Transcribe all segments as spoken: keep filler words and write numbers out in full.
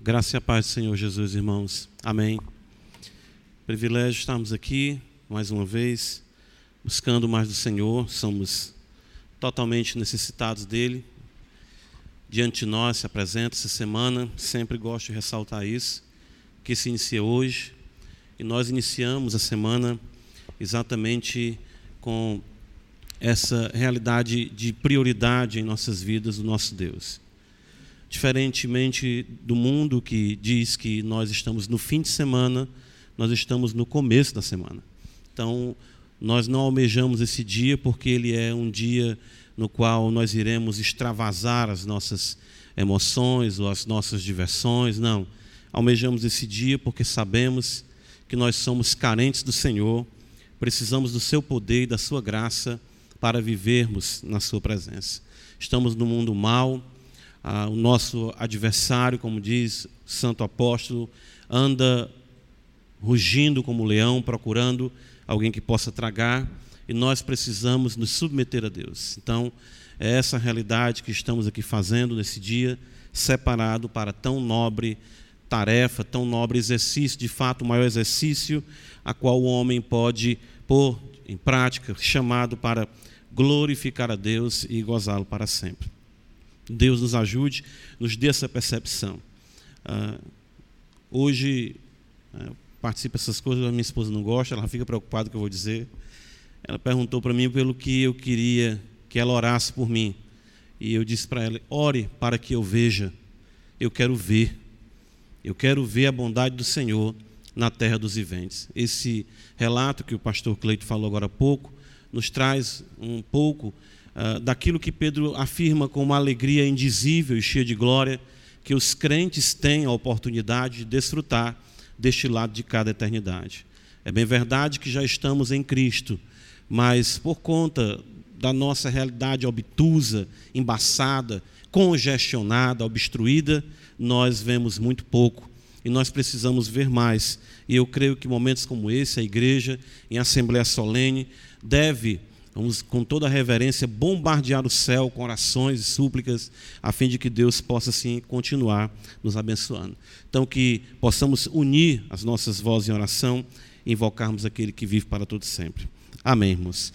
Graça e a paz do Senhor Jesus, irmãos. Amém. Privilégio estarmos aqui, mais uma vez, buscando mais do Senhor. Somos totalmente necessitados dEle. Diante de nós se apresenta essa semana, sempre gosto de ressaltar isso, que se inicia hoje. E nós iniciamos a semana exatamente com essa realidade de prioridade em nossas vidas do nosso Deus. Diferentemente do mundo que diz que nós estamos no fim de semana, nós estamos no começo da semana. Então, nós não almejamos esse dia porque ele é um dia no qual nós iremos extravasar as nossas emoções ou as nossas diversões. Não, almejamos esse dia porque sabemos que nós somos carentes do Senhor, precisamos do seu poder e da sua graça para vivermos na sua presença. Estamos no mundo mau. Ah, o nosso adversário, como diz o santo apóstolo, anda rugindo como leão, procurando alguém que possa tragar, e nós precisamos nos submeter a Deus. Então, é essa a realidade que estamos aqui fazendo nesse dia, separado para tão nobre tarefa, tão nobre exercício, de fato, o maior exercício a qual o homem pode pôr em prática, chamado para glorificar a Deus e gozá-lo para sempre. Deus nos ajude, nos dê essa percepção. Uh, hoje, uh, participo dessas coisas, a minha esposa não gosta, ela fica preocupada com o que eu vou dizer. Ela perguntou para mim pelo que eu queria que ela orasse por mim. E eu disse para ela, ore para que eu veja. Eu quero ver. Eu quero ver a bondade do Senhor na terra dos viventes. Esse relato que o pastor Cleito falou agora há pouco, nos traz um pouco Uh, daquilo que Pedro afirma com uma alegria indizível e cheia de glória, que os crentes têm a oportunidade de desfrutar deste lado de cada eternidade. É bem verdade que já estamos em Cristo, mas por conta da nossa realidade obtusa, embaçada, congestionada, obstruída, nós vemos muito pouco e nós precisamos ver mais. E eu creio que momentos como esse, a igreja, em assembleia solene, deve, vamos, com toda a reverência, bombardear o céu com orações e súplicas, a fim de que Deus possa, assim, continuar nos abençoando. Então, que possamos unir as nossas vozes em oração e invocarmos aquele que vive para todo sempre. Amém, irmãos.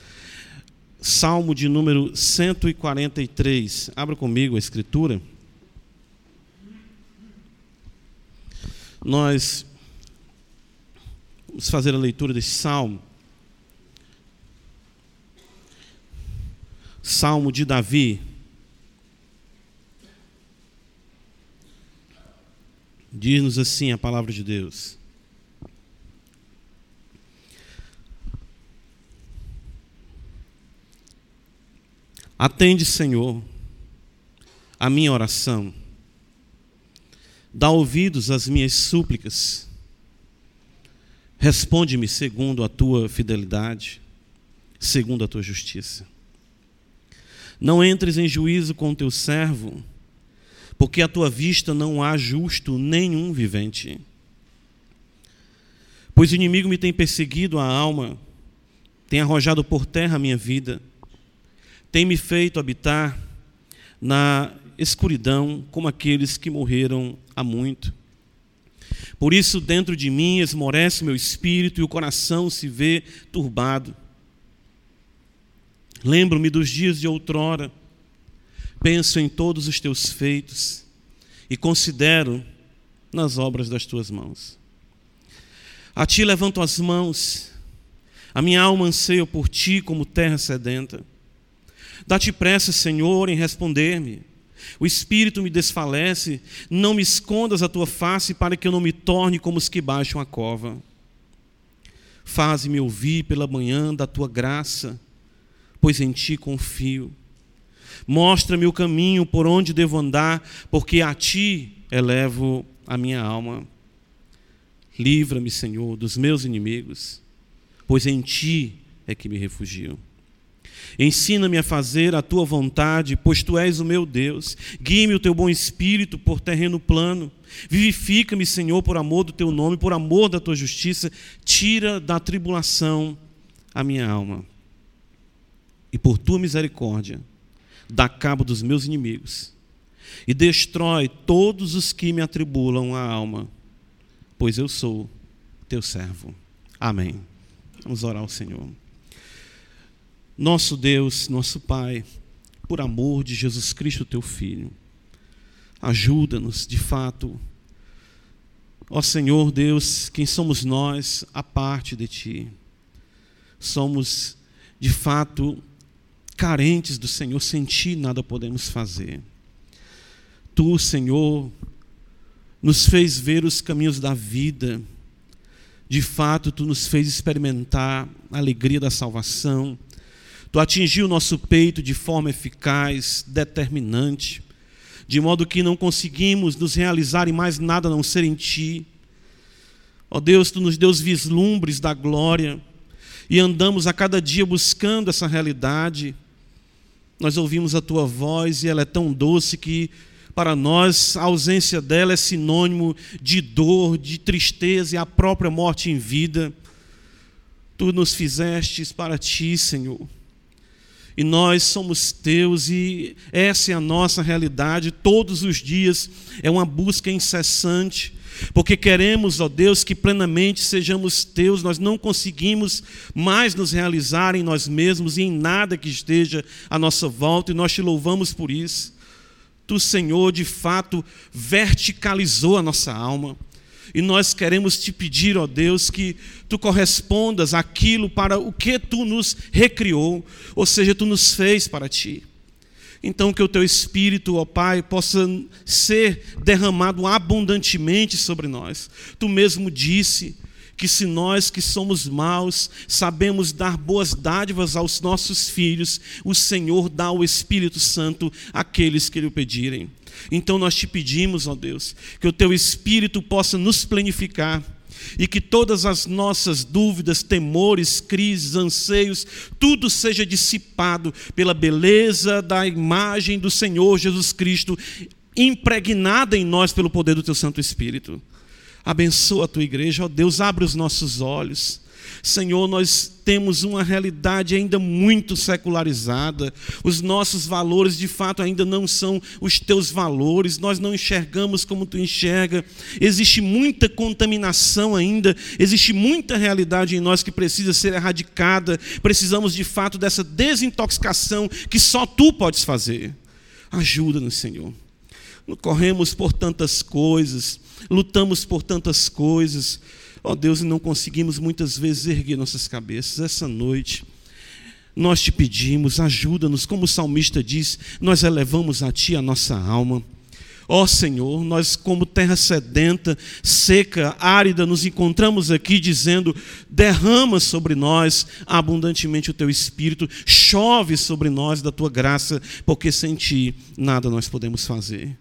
Salmo de número cento e quarenta e três. Abra comigo a Escritura. Nós vamos fazer a leitura desse salmo. Salmo de Davi. Diz-nos assim a palavra de Deus. Atende, Senhor, a minha oração. Dá ouvidos às minhas súplicas. Responde-me segundo a tua fidelidade, segundo a tua justiça. Não entres em juízo com o teu servo, porque à tua vista não há justo nenhum vivente. Pois o inimigo me tem perseguido a alma, tem arrojado por terra a minha vida, tem me feito habitar na escuridão como aqueles que morreram há muito. Por isso dentro de mim esmorece meu espírito e o coração se vê turbado. Lembro-me dos dias de outrora, penso em todos os teus feitos e considero nas obras das tuas mãos. A ti levanto as mãos, a minha alma anseia por ti como terra sedenta. Dá-te pressa, Senhor, em responder-me. O espírito me desfalece, não me escondas a tua face para que eu não me torne como os que baixam a cova. Faze-me ouvir pela manhã da tua graça, pois em ti confio. Mostra-me o caminho por onde devo andar, porque a ti elevo a minha alma. Livra-me, Senhor, dos meus inimigos, pois em ti é que me refugio. Ensina-me a fazer a tua vontade, pois tu és o meu Deus. Guie-me o teu bom espírito por terreno plano. Vivifica-me, Senhor, por amor do teu nome, por amor da tua justiça. Tira da tribulação a minha alma. E por tua misericórdia, dá cabo dos meus inimigos. e destrói todos os que me atribulam a alma, pois eu sou teu servo. Amém. Vamos orar ao Senhor. Nosso Deus, nosso Pai, por amor de Jesus Cristo, teu Filho, ajuda-nos de fato. Ó Senhor Deus, quem somos nós à parte de Ti? Somos de fato carentes do Senhor, sem Ti nada podemos fazer. Tu, Senhor, nos fez ver os caminhos da vida. De fato, Tu nos fez experimentar a alegria da salvação. Tu atingiu o nosso peito de forma eficaz, determinante, de modo que não conseguimos nos realizar em mais nada a não ser em Ti. Ó Deus, Tu nos deu os vislumbres da glória e andamos a cada dia buscando essa realidade. Nós ouvimos a Tua voz e ela é tão doce que para nós a ausência dela é sinônimo de dor, de tristeza e a própria morte em vida. Tu nos fizestes para Ti, Senhor. E nós somos Teus e essa é a nossa realidade. Todos os dias é uma busca incessante, porque queremos, ó Deus, que plenamente sejamos Teus. Nós não conseguimos mais nos realizar em nós mesmos e em nada que esteja à nossa volta, e nós Te louvamos por isso. Tu, Senhor, de fato verticalizou a nossa alma. E nós queremos Te pedir, ó Deus, que Tu correspondas àquilo para o que Tu nos recriou, ou seja, Tu nos fez para Ti. Então que o Teu Espírito, ó Pai, possa ser derramado abundantemente sobre nós. Tu mesmo disse que se nós que somos maus sabemos dar boas dádivas aos nossos filhos, o Senhor dá o Espírito Santo àqueles que lhe o pedirem. Então nós Te pedimos, ó Deus, que o Teu Espírito possa nos plenificar e que todas as nossas dúvidas, temores, crises, anseios, tudo seja dissipado pela beleza da imagem do Senhor Jesus Cristo, impregnada em nós pelo poder do Teu Santo Espírito. Abençoa a Tua igreja, ó Deus, abre os nossos olhos. Senhor, nós temos uma realidade ainda muito secularizada. Os nossos valores, de fato, ainda não são os Teus valores. Nós não enxergamos como Tu enxerga. Existe muita contaminação ainda. Existe muita realidade em nós que precisa ser erradicada. Precisamos, de fato, dessa desintoxicação que só Tu podes fazer. Ajuda-nos, Senhor. Corremos por tantas coisas, lutamos por tantas coisas, ó Deus, e não conseguimos muitas vezes erguer nossas cabeças. Essa noite nós Te pedimos, ajuda-nos, como o salmista diz, nós elevamos a Ti a nossa alma. Ó Senhor, nós como terra sedenta, seca, árida, nos encontramos aqui dizendo, derrama sobre nós abundantemente o Teu Espírito, chove sobre nós da Tua graça, porque sem Ti nada nós podemos fazer.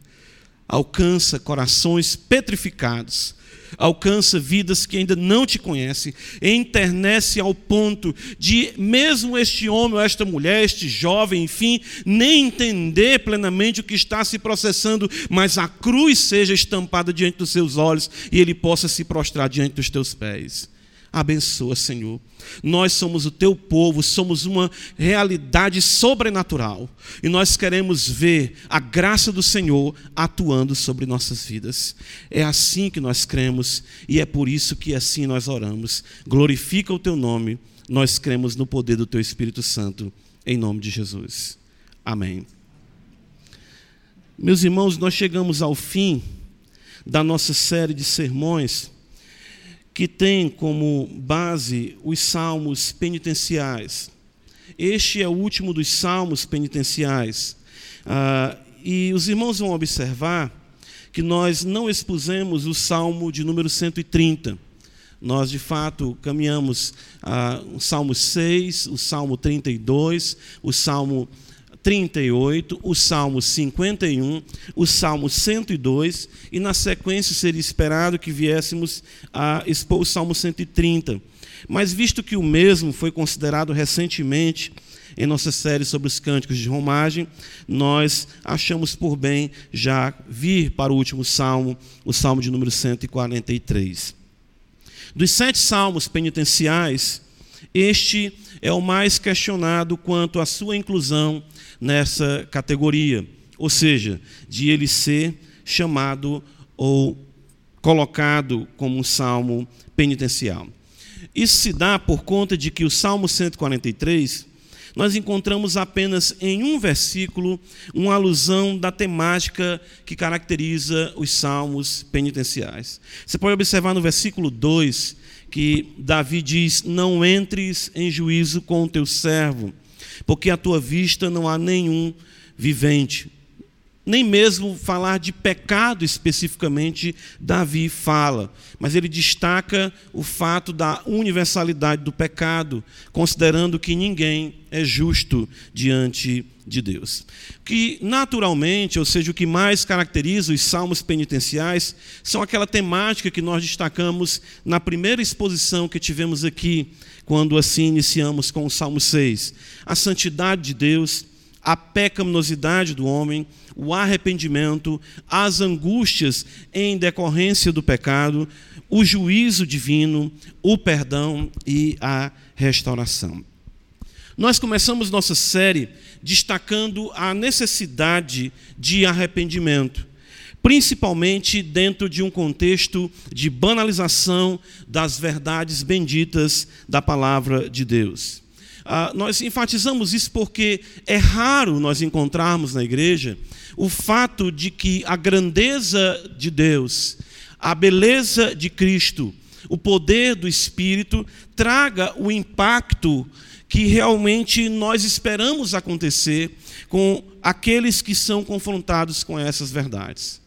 Alcança corações petrificados, alcança vidas que ainda não Te conhecem, enternece ao ponto de mesmo este homem ou esta mulher, este jovem, enfim, nem entender plenamente o que está se processando, mas a cruz seja estampada diante dos seus olhos e ele possa se prostrar diante dos Teus pés. Abençoa, Senhor. Nós somos o Teu povo, somos uma realidade sobrenatural e nós queremos ver a graça do Senhor atuando sobre nossas vidas. É assim que nós cremos e é por isso que assim nós oramos. Glorifica o Teu nome, nós cremos no poder do Teu Espírito Santo, em nome de Jesus. Amém. Meus irmãos, nós chegamos ao fim da nossa série de sermões que tem como base os salmos penitenciais. Este é o último dos salmos penitenciais. Ah, e os irmãos vão observar que nós não expusemos o salmo de número cento e trinta. Nós, de fato, caminhamos ah, o salmo seis, o salmo trinta e dois, o salmo trinta e oito, o Salmo cinquenta e um, o Salmo cento e dois, e na sequência seria esperado que viéssemos a expor o Salmo cento e trinta. Mas visto que o mesmo foi considerado recentemente em nossa série sobre os cânticos de romagem, nós achamos por bem já vir para o último Salmo, o Salmo de número cento e quarenta e três. Dos sete salmos penitenciais, este é o mais questionado quanto à sua inclusão nessa categoria. ou seja, de ele ser chamado ou colocado como um salmo penitencial. Isso se dá por conta de que o Salmo cento e quarenta e três, nós encontramos apenas em um versículo uma alusão da temática que caracteriza os salmos penitenciais. Você pode observar no versículo dois que Davi diz: não entres em juízo com o teu servo, porque à tua vista não há nenhum vivente. Nem mesmo falar de pecado especificamente Davi fala, mas ele destaca o fato da universalidade do pecado, considerando que ninguém é justo diante de Deus. Que naturalmente, ou seja, o que mais caracteriza os salmos penitenciais, são aquela temática que nós destacamos na primeira exposição que tivemos aqui, quando assim iniciamos com o Salmo seis. A santidade de Deus, a pecaminosidade do homem, o arrependimento, as angústias em decorrência do pecado, o juízo divino, o perdão e a restauração. Nós começamos nossa série destacando a necessidade de arrependimento, principalmente dentro de um contexto de banalização das verdades benditas da palavra de Deus. Ah, nós enfatizamos isso porque é raro nós encontrarmos na igreja o fato de que a grandeza de Deus, a beleza de Cristo, o poder do Espírito traga o impacto que realmente nós esperamos acontecer com aqueles que são confrontados com essas verdades.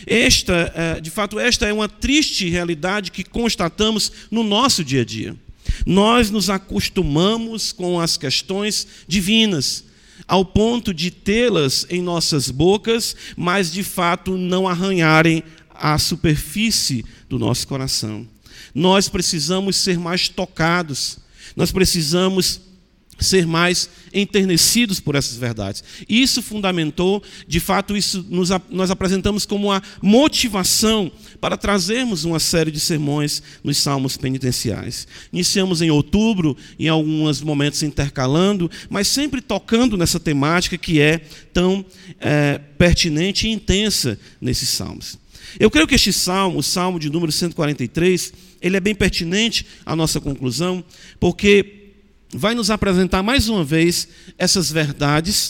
Esta, de fato, esta é uma triste realidade que constatamos no nosso dia a dia. Nós nos acostumamos com as questões divinas, ao ponto de tê-las em nossas bocas, mas de fato não arranharem a superfície do nosso coração. Nós precisamos ser mais tocados, nós precisamos ser mais enternecidos por essas verdades. Isso fundamentou, de fato, isso nos, nós apresentamos como uma motivação para trazermos uma série de sermões nos salmos penitenciais. Iniciamos em outubro, em alguns momentos intercalando, mas sempre tocando nessa temática que é tão é, pertinente e intensa nesses salmos. Eu creio que este salmo, o salmo de número cento e quarenta e três, ele é bem pertinente à nossa conclusão, porque vai nos apresentar mais uma vez essas verdades,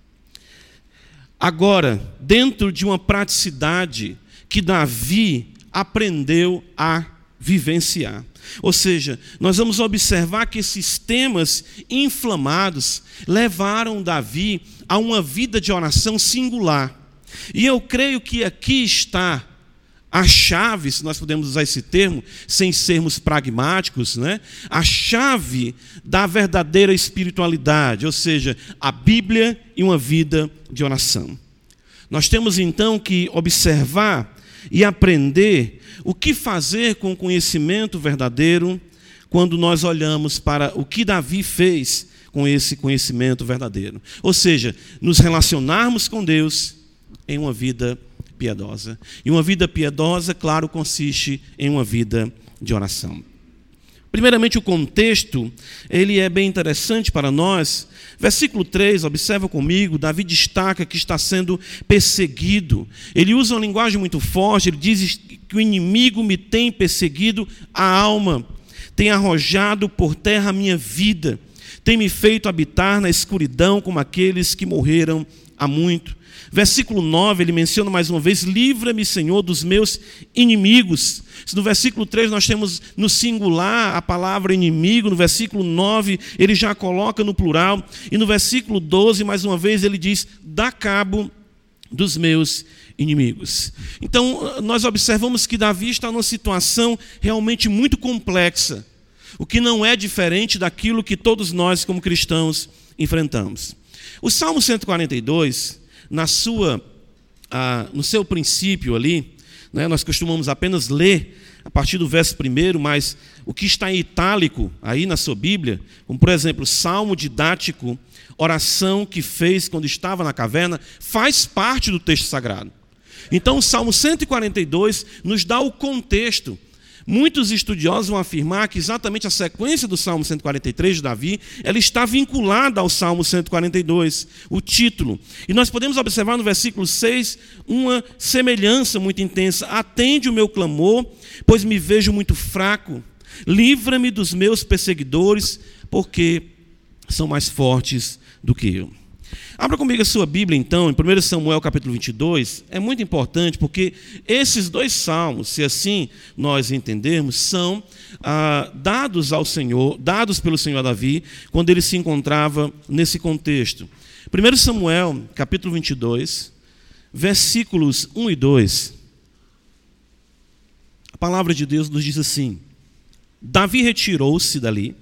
agora dentro de uma praticidade que Davi aprendeu a vivenciar. Ou seja, nós vamos observar que esses temas inflamados levaram Davi a uma vida de oração singular. E eu creio que aqui está a chave, se nós podemos usar esse termo, sem sermos pragmáticos, né? A chave da verdadeira espiritualidade, ou seja, a Bíblia e uma vida de oração. Nós temos então que observar e aprender o que fazer com o conhecimento verdadeiro quando nós olhamos para o que Davi fez com esse conhecimento verdadeiro. Ou seja, nos relacionarmos com Deus em uma vida piedosa. E uma vida piedosa, claro, consiste em uma vida de oração. Primeiramente, o contexto, ele é bem interessante para nós. Versículo três, observa comigo, Davi destaca que está sendo perseguido. Ele usa uma linguagem muito forte, ele diz que o inimigo me tem perseguido a alma, tem arrojado por terra a minha vida, tem me feito habitar na escuridão como aqueles que morreram há muito. Versículo nove, ele menciona mais uma vez: livra-me, Senhor, dos meus inimigos. No versículo três nós temos no singular a palavra inimigo, no versículo nove ele já coloca no plural, e no versículo doze, mais uma vez, ele diz: dá cabo dos meus inimigos. Então, nós observamos que Davi está numa situação realmente muito complexa, o que não é diferente daquilo que todos nós, como cristãos, enfrentamos. O Salmo cento e quarenta e dois, na sua, ah, no seu princípio ali, né, nós costumamos apenas ler a partir do verso primeiro, mas o que está em itálico aí na sua Bíblia, como por exemplo, salmo didático, oração que fez quando estava na caverna, faz parte do texto sagrado. Então o Salmo cento e quarenta e dois nos dá o contexto, Muitos estudiosos vão afirmar que exatamente a sequência do Salmo cento e quarenta e três de Davi, ela está vinculada ao Salmo cento e quarenta e dois, o título. E nós podemos observar no versículo seis uma semelhança muito intensa. Atende o meu clamor, pois me vejo muito fraco. Livra-me dos meus perseguidores, porque são mais fortes do que eu. Abra comigo a sua Bíblia, então, em primeiro Samuel, capítulo vinte e dois. É muito importante, porque esses dois salmos, se assim nós entendermos, são ah, dados ao Senhor, dados pelo Senhor a Davi, quando ele se encontrava nesse contexto. primeiro Samuel, capítulo vinte e dois, versículos um e dois. A palavra de Deus nos diz assim: Davi retirou-se dali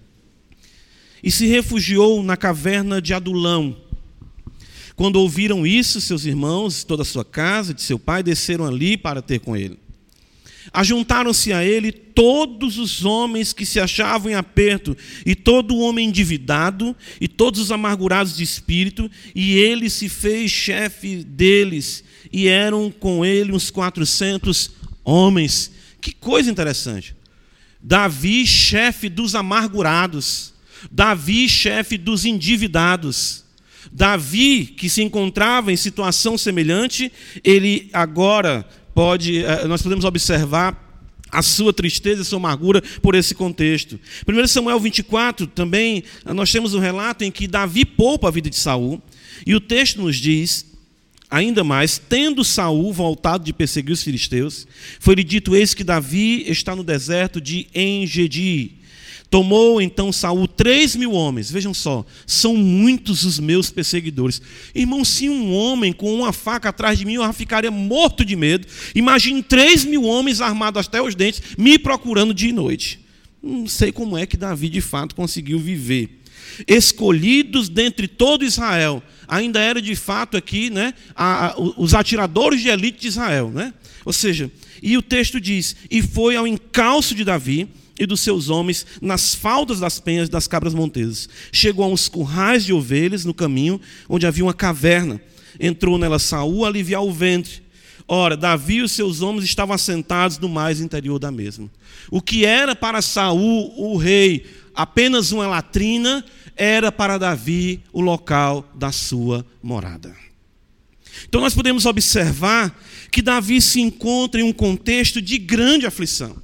e se refugiou na caverna de Adulão. Quando ouviram isso, seus irmãos, toda a sua casa, de seu pai, desceram ali para ter com ele. Ajuntaram-se a ele todos os homens que se achavam em aperto, e todo homem endividado, e todos os amargurados de espírito, e ele se fez chefe deles, e eram com ele uns quatrocentos homens. Que coisa interessante. Davi, chefe dos amargurados. Davi, chefe dos endividados. Davi, que se encontrava em situação semelhante, ele agora pode, nós podemos observar a sua tristeza, a sua amargura por esse contexto. primeiro Samuel vinte e quatro, também, nós temos um relato em que Davi poupa a vida de Saul, e o texto nos diz, ainda mais, tendo Saul voltado de perseguir os filisteus, foi-lhe dito: eis que Davi está no deserto de En-Gedi. Tomou então Saul três mil homens. Vejam só, são muitos os meus perseguidores. Irmão, se um homem com uma faca atrás de mim, eu já ficaria morto de medo. Imagine três mil homens armados até os dentes, me procurando dia e noite. Não sei como é que Davi de fato conseguiu viver. Escolhidos dentre todo Israel, ainda era de fato aqui, né, a, a, os atiradores de elite de Israel, né? Ou seja, e o texto diz: e foi ao encalço de Davi e dos seus homens nas faldas das penhas das cabras montesas. Chegou a uns currais de ovelhas no caminho, onde havia uma caverna. Entrou nela Saul a aliviar o ventre. Ora, Davi e os seus homens estavam assentados no mais interior da mesma. O que era para Saul, o rei, apenas uma latrina, era para Davi o local da sua morada. Então nós podemos observar que Davi se encontra em um contexto de grande aflição,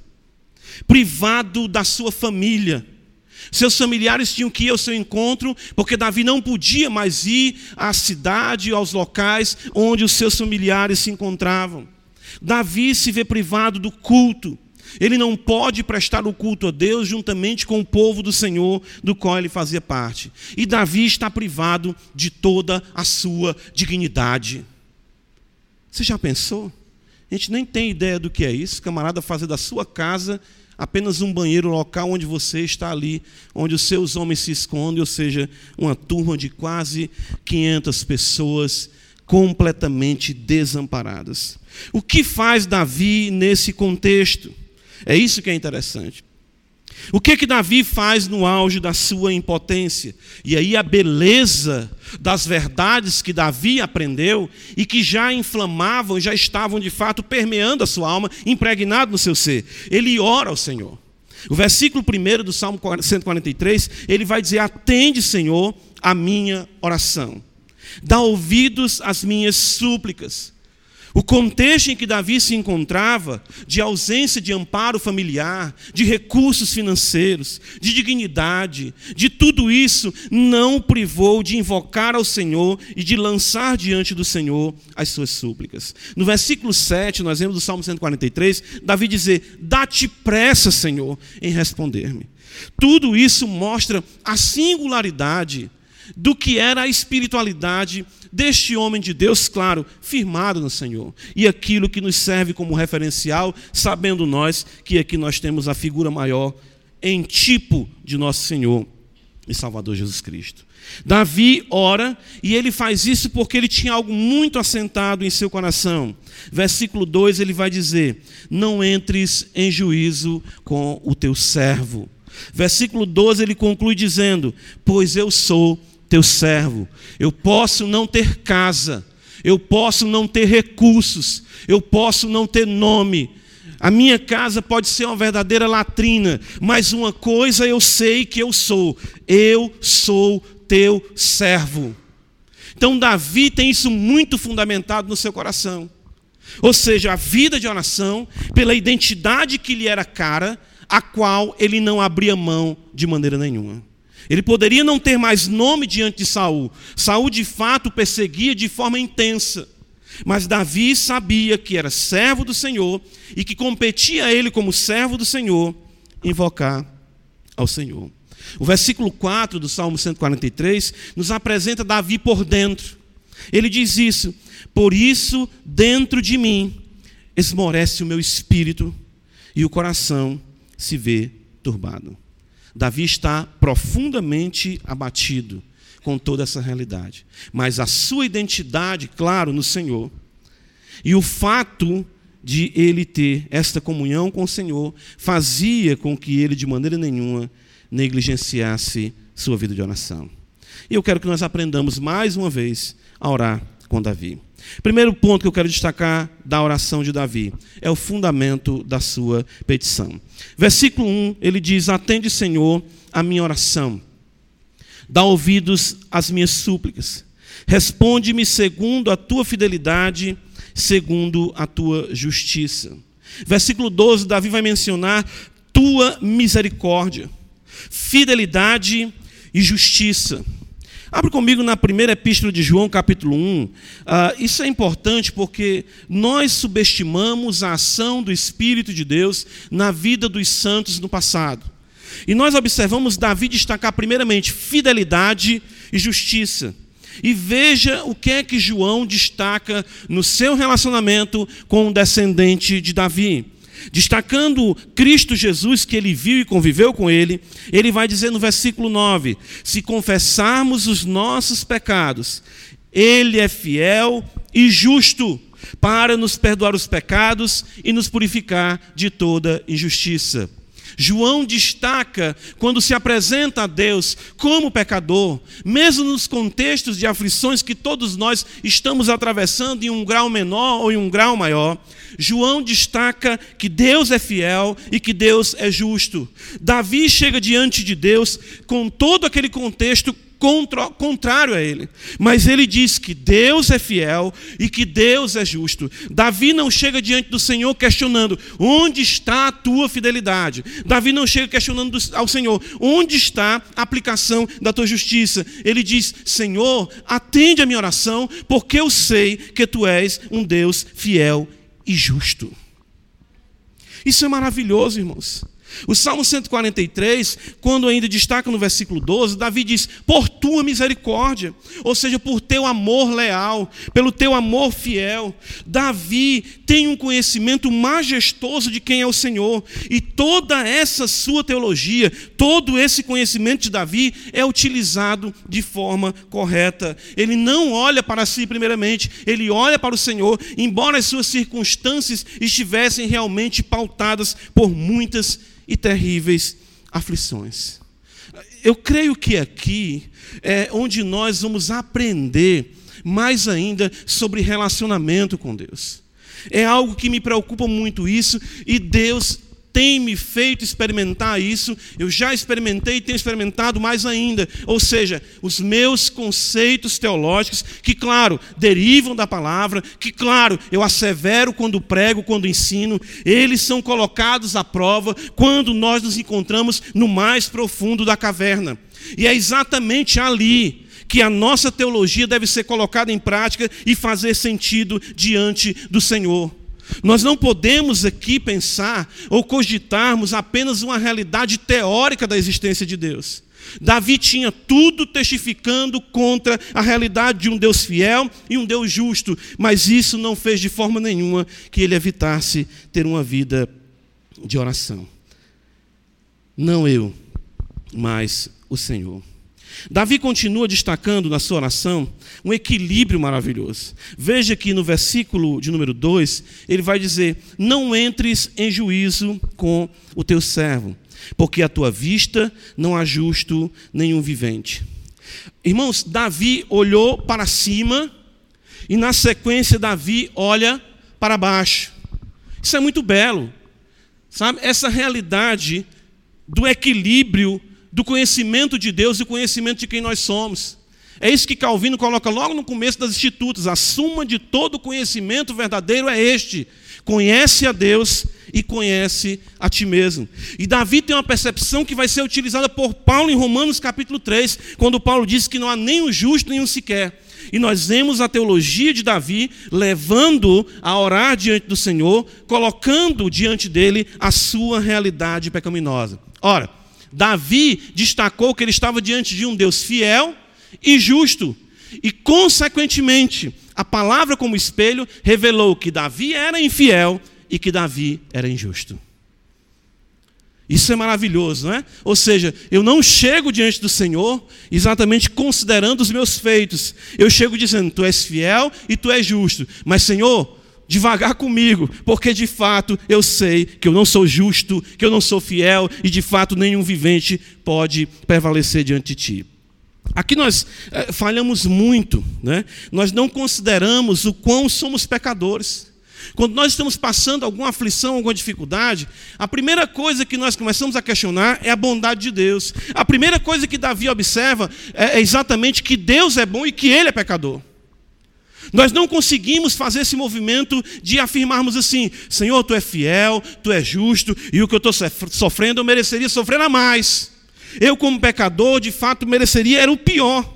privado da sua família. Seus familiares tinham que ir ao seu encontro, porque Davi não podia mais ir à cidade, aos locais onde os seus familiares se encontravam. Davi se vê privado do culto. Ele não pode prestar o culto a Deus juntamente com o povo do Senhor, do qual ele fazia parte. E Davi está privado de toda a sua dignidade. Você já pensou? A gente nem tem ideia do que é isso, camarada, fazer da sua casa apenas um banheiro local onde você está ali, onde os seus homens se escondem, ou seja, uma turma de quase quinhentas pessoas completamente desamparadas. O que faz Davi nesse contexto? É isso que é interessante. O que que Davi faz no auge da sua impotência? E aí a beleza das verdades que Davi aprendeu e que já inflamavam, já estavam de fato permeando a sua alma, impregnado no seu ser. Ele ora ao Senhor. O versículo primeiro do Salmo cento e quarenta e três, ele vai dizer: atende, Senhor, a minha oração. Dá ouvidos às minhas súplicas. O contexto em que Davi se encontrava, de ausência de amparo familiar, de recursos financeiros, de dignidade, de tudo isso, não o privou de invocar ao Senhor e de lançar diante do Senhor as suas súplicas. No versículo sete, nós vemos do Salmo cento e quarenta e três, Davi dizer: dá-te pressa, Senhor, em responder-me. Tudo isso mostra a singularidade do que era a espiritualidade deste homem de Deus, claro, firmado no Senhor. E aquilo que nos serve como referencial, sabendo nós que aqui nós temos a figura maior em tipo de nosso Senhor e Salvador Jesus Cristo. Davi ora, e ele faz isso porque ele tinha algo muito assentado em seu coração. Versículo dois, ele vai dizer: não entres em juízo com o teu servo. Versículo doze, ele conclui dizendo: pois eu sou teu servo. Eu posso não ter casa, eu posso não ter recursos, eu posso não ter nome, A minha casa pode ser uma verdadeira latrina, mas uma coisa eu sei que eu sou: eu sou teu servo. Então Davi tem isso muito fundamentado no seu coração. Ou seja, a vida de oração, pela identidade que lhe era cara, a qual ele não abria mão de maneira nenhuma. Ele poderia não ter mais nome diante de Saul. Saul de fato o perseguia de forma intensa. Mas Davi sabia que era servo do Senhor e que competia a ele como servo do Senhor invocar ao Senhor. O versículo quatro do Salmo cento e quarenta e três nos apresenta Davi por dentro. Ele diz isso: por isso dentro de mim esmorece o meu espírito e o coração se vê turbado. Davi está profundamente abatido com toda essa realidade. Mas a sua identidade, claro, no Senhor, e o fato de ele ter esta comunhão com o Senhor, fazia com que ele, de maneira nenhuma, negligenciasse sua vida de oração. E eu quero que nós aprendamos mais uma vez a orar com Davi. Primeiro ponto que eu quero destacar da oração de Davi é o fundamento da sua petição. Versículo um, ele diz: atende, Senhor, a minha oração. Dá ouvidos às minhas súplicas. Responde-me segundo a tua fidelidade, segundo a tua justiça. Versículo doze, Davi vai mencionar tua misericórdia, fidelidade e justiça. Abre comigo na primeira epístola de João, capítulo um. Uh, isso é importante porque nós subestimamos a ação do Espírito de Deus na vida dos santos no passado. E nós observamos Davi destacar primeiramente fidelidade e justiça. E veja o que é que João destaca no seu relacionamento com o descendente de Davi. Destacando Cristo Jesus, que ele viu e conviveu com ele, ele vai dizer no versículo nove: se confessarmos os nossos pecados, ele é fiel e justo para nos perdoar os pecados e nos purificar de toda injustiça. João destaca quando se apresenta a Deus como pecador, mesmo nos contextos de aflições que todos nós estamos atravessando em um grau menor ou em um grau maior. João destaca que Deus é fiel e que Deus é justo. Davi chega diante de Deus com todo aquele contexto Contra, contrário a ele, mas ele diz que Deus é fiel e que Deus é justo. Davi não chega diante do Senhor questionando: onde está a tua fidelidade? Davi não chega questionando ao Senhor: onde está a aplicação da tua justiça? Ele diz: Senhor, atende a minha oração, porque eu sei que tu és um Deus fiel e justo. Isso é maravilhoso, irmãos. O Salmo cento e quarenta e três, quando ainda destaca no versículo doze, Davi diz: por tua misericórdia, ou seja, por teu amor leal, pelo teu amor fiel. Davi tem um conhecimento majestoso de quem é o Senhor, e toda essa sua teologia, todo esse conhecimento de Davi é utilizado de forma correta. Ele não olha para si primeiramente, ele olha para o Senhor, embora as suas circunstâncias estivessem realmente pautadas por muitas e terríveis aflições. Eu creio que aqui é onde nós vamos aprender mais ainda sobre relacionamento com Deus. É algo que me preocupa muito isso, e Deus tem me feito experimentar isso. Eu já experimentei e tenho experimentado mais ainda. Ou seja, os meus conceitos teológicos, que claro, derivam da palavra, que claro, eu assevero quando prego, quando ensino, eles são colocados à prova quando nós nos encontramos no mais profundo da caverna. E é exatamente ali que a nossa teologia deve ser colocada em prática e fazer sentido diante do Senhor. Nós não podemos aqui pensar ou cogitarmos apenas uma realidade teórica da existência de Deus. Davi tinha tudo testificando contra a realidade de um Deus fiel e um Deus justo, mas isso não fez de forma nenhuma que ele evitasse ter uma vida de oração. Não eu, mas o Senhor. Davi continua destacando na sua oração um equilíbrio maravilhoso. Veja que no versículo de número dois, ele vai dizer: não entres em juízo com o teu servo, porque à tua vista não há justo nenhum vivente. Irmãos, Davi olhou para cima e na sequência Davi olha para baixo. Isso é muito belo. Sabe? Essa realidade do equilíbrio do conhecimento de Deus e o conhecimento de quem nós somos. É isso que Calvino coloca logo no começo das Institutas. A suma de todo conhecimento verdadeiro é este: conhece a Deus e conhece a ti mesmo. E Davi tem uma percepção que vai ser utilizada por Paulo em Romanos capítulo três, quando Paulo diz que não há nem um justo, nem um sequer. E nós vemos a teologia de Davi levando a orar diante do Senhor, colocando diante dele a sua realidade pecaminosa. Ora, Davi destacou que ele estava diante de um Deus fiel e justo. E, consequentemente, a palavra como espelho revelou que Davi era infiel e que Davi era injusto. Isso é maravilhoso, não é? Ou seja, eu não chego diante do Senhor exatamente considerando os meus feitos. Eu chego dizendo: tu és fiel e tu és justo. Mas, Senhor, devagar comigo, porque de fato eu sei que eu não sou justo, que eu não sou fiel e de fato nenhum vivente pode prevalecer diante de ti. Aqui nós é, falhamos muito, né? Nós não consideramos o quão somos pecadores. Quando nós estamos passando alguma aflição, alguma dificuldade, a primeira coisa que nós começamos a questionar é a bondade de Deus. A primeira coisa que Davi observa é exatamente que Deus é bom e que ele é pecador. Nós não conseguimos fazer esse movimento de afirmarmos assim: Senhor, tu é fiel, tu é justo, e o que eu estou sofrendo eu mereceria sofrer a mais. Eu, como pecador, de fato mereceria era o pior.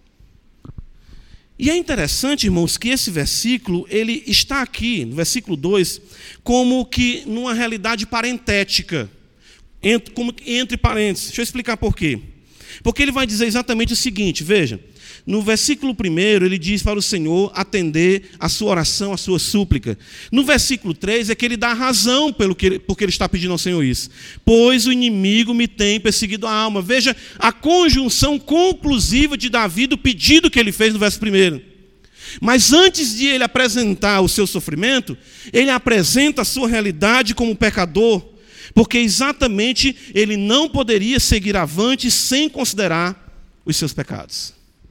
E é interessante, irmãos, que esse versículo, ele está aqui, no versículo dois, como que numa realidade parentética, entre, como entre parênteses. Deixa eu explicar por quê. Porque ele vai dizer exatamente o seguinte, veja, no versículo primeiro ele diz para o Senhor atender a sua oração, a sua súplica. No versículo três é que ele dá a razão pelo que, porque ele está pedindo ao Senhor isso. Pois o inimigo me tem perseguido a alma. Veja a conjunção conclusiva de Davi do pedido que ele fez no verso primeiro. Mas antes de ele apresentar o seu sofrimento, ele apresenta a sua realidade como pecador, porque exatamente ele não poderia seguir avante sem considerar os seus pecados.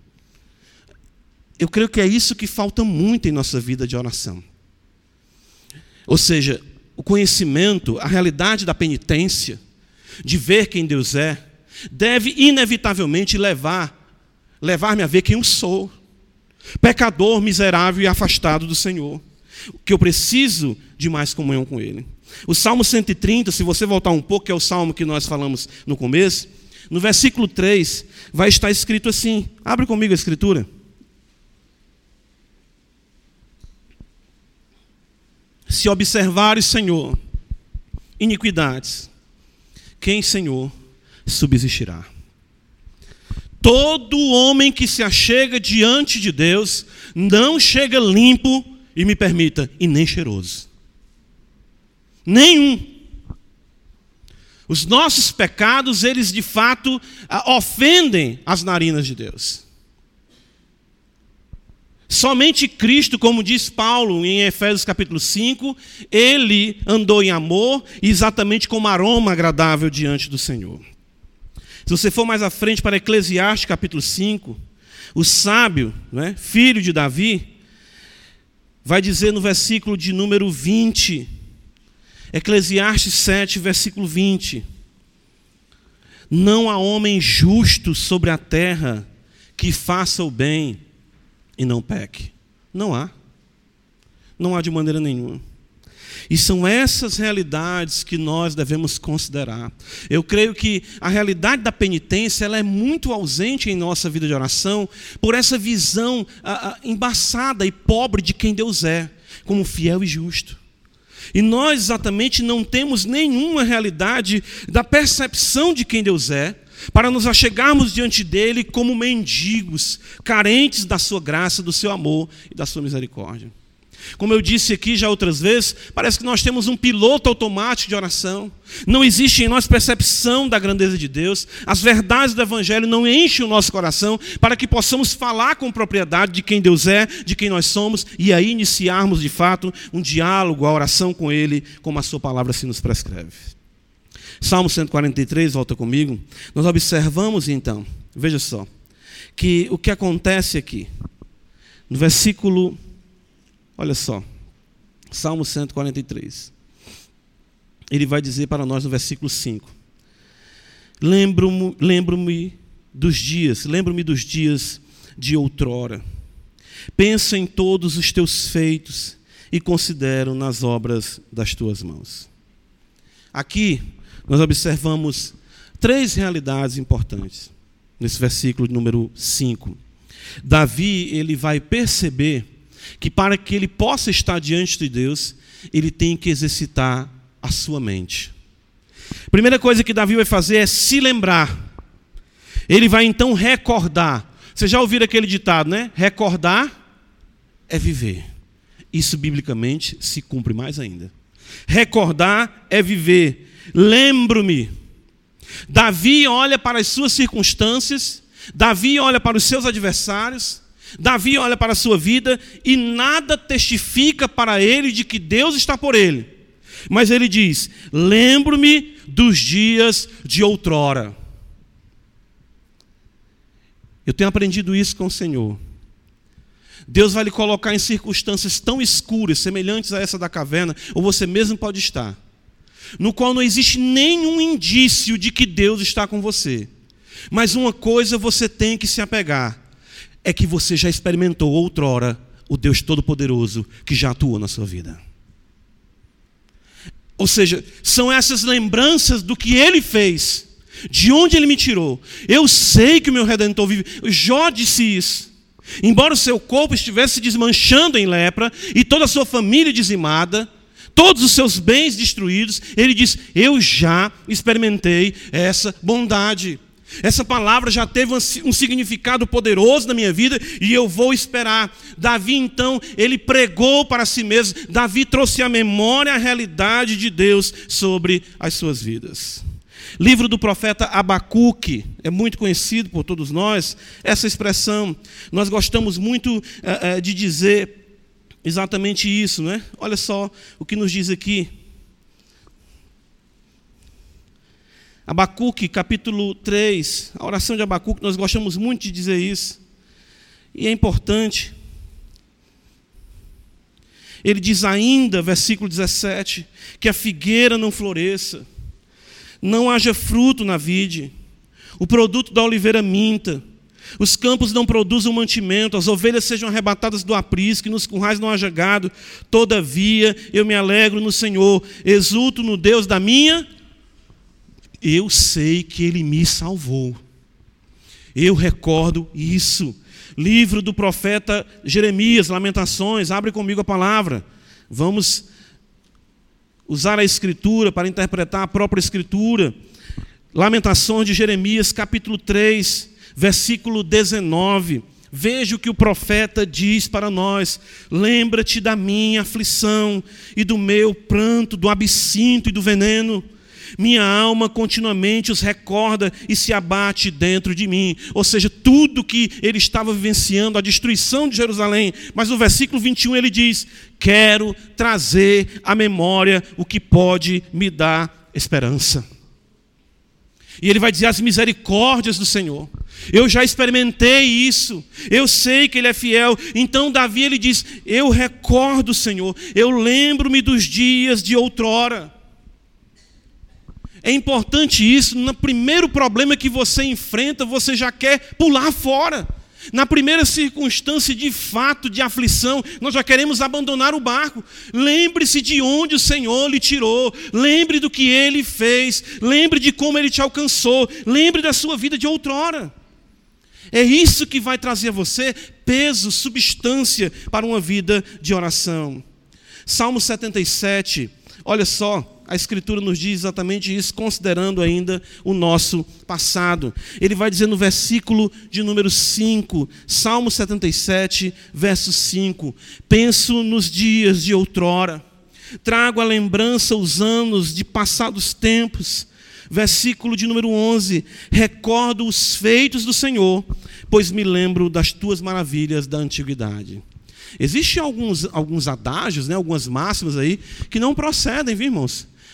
Eu creio que é isso que falta muito em nossa vida de oração. Ou seja, o conhecimento, a realidade da penitência, de ver quem Deus é, deve inevitavelmente levar, levar-me a ver quem eu sou. Pecador, miserável e afastado do Senhor. Que eu preciso de mais comunhão com Ele. O Salmo cento e trinta, se você voltar um pouco, que é o salmo que nós falamos no começo, no versículo três, vai estar escrito assim. Abre comigo a escritura. Se observares, Senhor, iniquidades, quem, Senhor, subsistirá? Todo homem que se achega diante de Deus não chega limpo, e me permita, e nem cheiroso. Nenhum. Os nossos pecados, eles de fato ofendem as narinas de Deus. Somente Cristo, como diz Paulo em Efésios capítulo cinco, ele andou em amor, exatamente como aroma agradável diante do Senhor. Se você for mais à frente para Eclesiastes capítulo cinco, o sábio, né, filho de Davi, vai dizer no versículo de número vinte, Eclesiastes sete, versículo vinte, não há homem justo sobre a terra que faça o bem e não peque. Não há. Não há de maneira nenhuma. E são essas realidades que nós devemos considerar. Eu creio que a realidade da penitência ela é muito ausente em nossa vida de oração por essa visão ah, ah, embaçada e pobre de quem Deus é, como fiel e justo. E nós exatamente não temos nenhuma realidade da percepção de quem Deus é, para nos achegarmos diante dele como mendigos, carentes da sua graça, do seu amor e da sua misericórdia. Como eu disse aqui já outras vezes, parece que nós temos um piloto automático de oração. Não existe em nós percepção da grandeza de Deus. As verdades do Evangelho não enchem o nosso coração para que possamos falar com propriedade de quem Deus é, de quem nós somos, e aí iniciarmos de fato um diálogo, a oração com Ele, como a sua palavra se nos prescreve. Salmo cento e quarenta e três, volta comigo. Nós observamos então, veja só, que o que acontece aqui, no versículo, olha só, Salmo cento e quarenta e três. ele vai dizer para nós no versículo cinco: Lembro-me, lembro-me dos dias, lembro-me dos dias de outrora. Penso em todos os teus feitos e considero nas obras das tuas mãos. Aqui nós observamos três realidades importantes nesse versículo número cinco. Davi, ele vai perceber que para que ele possa estar diante de Deus, ele tem que exercitar a sua mente. A primeira coisa que Davi vai fazer é se lembrar. Ele vai então recordar. Vocês já ouviram aquele ditado, né? Recordar é viver. Isso biblicamente se cumpre mais ainda. Recordar é viver. Lembro-me. Davi olha para as suas circunstâncias, Davi olha para os seus adversários, Davi olha para a sua vida e nada testifica para ele de que Deus está por ele. Mas ele diz: lembro-me dos dias de outrora. Eu tenho aprendido isso com o Senhor. Deus vai lhe colocar em circunstâncias tão escuras, semelhantes a essa da caverna, ou você mesmo pode estar, no qual não existe nenhum indício de que Deus está com você. Mas uma coisa você tem que se apegar, é que você já experimentou outrora o Deus Todo-Poderoso que já atuou na sua vida. Ou seja, são essas lembranças do que Ele fez, de onde Ele me tirou. Eu sei que o meu Redentor vive. Jó disse isso. Embora o seu corpo estivesse desmanchando em lepra e toda a sua família dizimada, todos os seus bens destruídos, ele diz: eu já experimentei essa bondade. Essa palavra já teve um significado poderoso na minha vida e eu vou esperar. Davi então, ele pregou para si mesmo. Davi trouxe à memória a realidade de Deus sobre as suas vidas. Livro do profeta Abacuque, é muito conhecido por todos nós, essa expressão. Nós gostamos muito é, é, de dizer exatamente isso, né? Olha só o que nos diz aqui. Abacuque, capítulo três, a oração de Abacuque, nós gostamos muito de dizer isso. E é importante. Ele diz ainda, versículo dezessete, que a figueira não floresça, não haja fruto na vide, o produto da oliveira minta, os campos não produzam mantimento, as ovelhas sejam arrebatadas do aprisco, e nos currais não haja gado. Todavia eu me alegro no Senhor, exulto no Deus da minha. Eu sei que Ele me salvou. Eu recordo isso. Livro do profeta Jeremias, Lamentações, abre comigo a palavra. Vamos usar a Escritura para interpretar a própria Escritura. Lamentações de Jeremias, capítulo três, versículo dezenove. Veja o que o profeta diz para nós: lembra-te da minha aflição e do meu pranto, do absinto e do veneno. Minha alma continuamente os recorda e se abate dentro de mim. Ou seja, tudo que ele estava vivenciando, a destruição de Jerusalém. Mas no versículo vinte e um ele diz: quero trazer à memória o que pode me dar esperança. E ele vai dizer as misericórdias do Senhor. Eu já experimentei isso. Eu sei que Ele é fiel. Então Davi, ele diz: eu recordo, Senhor. Eu lembro-me dos dias de outrora. É importante isso. No primeiro problema que você enfrenta, você já quer pular fora. Na primeira circunstância de fato, de aflição, nós já queremos abandonar o barco. Lembre-se de onde o Senhor lhe tirou. Lembre do que Ele fez. Lembre de como Ele te alcançou. Lembre da sua vida de outrora. É isso que vai trazer a você peso, substância para uma vida de oração. Salmo setenta e sete, olha só. A Escritura nos diz exatamente isso, considerando ainda o nosso passado. Ele vai dizer no versículo de número cinco, Salmo setenta e sete, verso cinco. Penso nos dias de outrora, trago à lembrança os anos de passados tempos. Versículo de número onze. Recordo os feitos do Senhor, pois me lembro das tuas maravilhas da antiguidade. Existem alguns, alguns adágios, né, algumas máximas aí, que não procedem, viu, irmãos?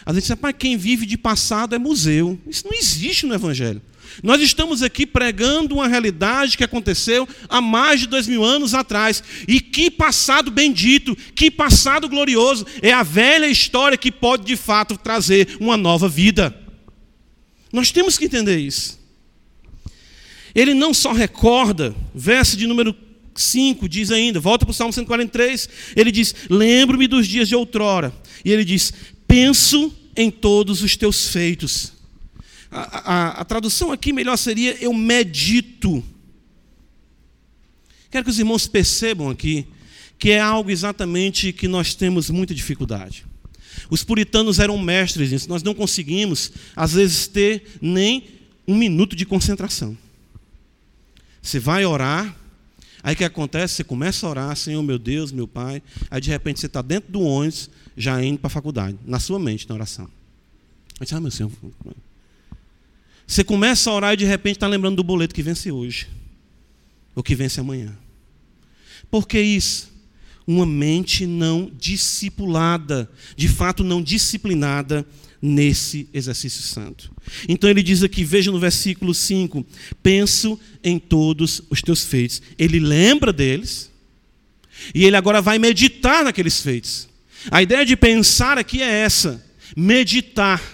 Às vezes, rapaz, quem vive de passado é museu. Isso não existe no Evangelho. Nós estamos aqui pregando uma realidade que aconteceu há mais de dois mil anos atrás. E que passado bendito, que passado glorioso. É a velha história que pode, de fato, trazer uma nova vida. Nós temos que entender isso. Ele não só recorda, verso de número cinco diz ainda, volta para o Salmo cento e quarenta e três, ele diz, lembro-me dos dias de outrora. E ele diz, penso em todos os teus feitos. A, a, a tradução aqui melhor seria, eu medito. Quero que os irmãos percebam aqui, que é algo exatamente que nós temos muita dificuldade. Os puritanos eram mestres nisso, nós não conseguimos, às vezes, ter nem um minuto de concentração. Você vai orar, aí o que acontece? Você começa a orar, Senhor, meu Deus, meu Pai, aí de repente você está dentro do ônibus, já indo para a faculdade, na sua mente, na oração. Aí você, ah, meu Senhor. Você começa a orar e de repente está lembrando do boleto que vence hoje, ou que vence amanhã. Por que isso? Uma mente não discipulada, de fato não disciplinada nesse exercício santo. Então ele diz aqui, veja no versículo cinco, penso em todos os teus feitos. Ele lembra deles e ele agora vai meditar naqueles feitos. A ideia de pensar aqui é essa, meditar.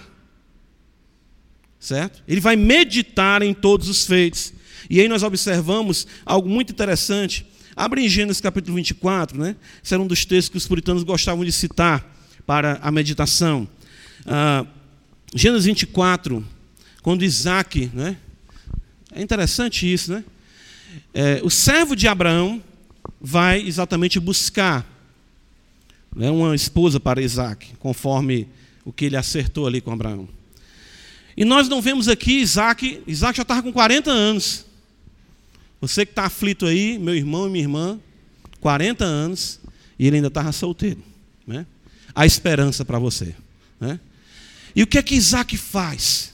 Certo? Ele vai meditar em todos os feitos. E aí nós observamos algo muito interessante. Abre em Gênesis capítulo vinte e quatro, né? Esse era um dos textos que os puritanos gostavam de citar para a meditação. Ah, Gênesis vinte e quatro, quando Isaac, né? É interessante isso, né? É, o servo de Abraão vai exatamente buscar, né, uma esposa para Isaac, conforme o que ele acertou ali com Abraão. E nós não vemos aqui Isaac, Isaac já estava com quarenta anos. Você que está aflito aí, meu irmão e minha irmã, quarenta anos, e ele ainda estava solteiro. Né? Há esperança para você. Né? E o que é que Isaac faz?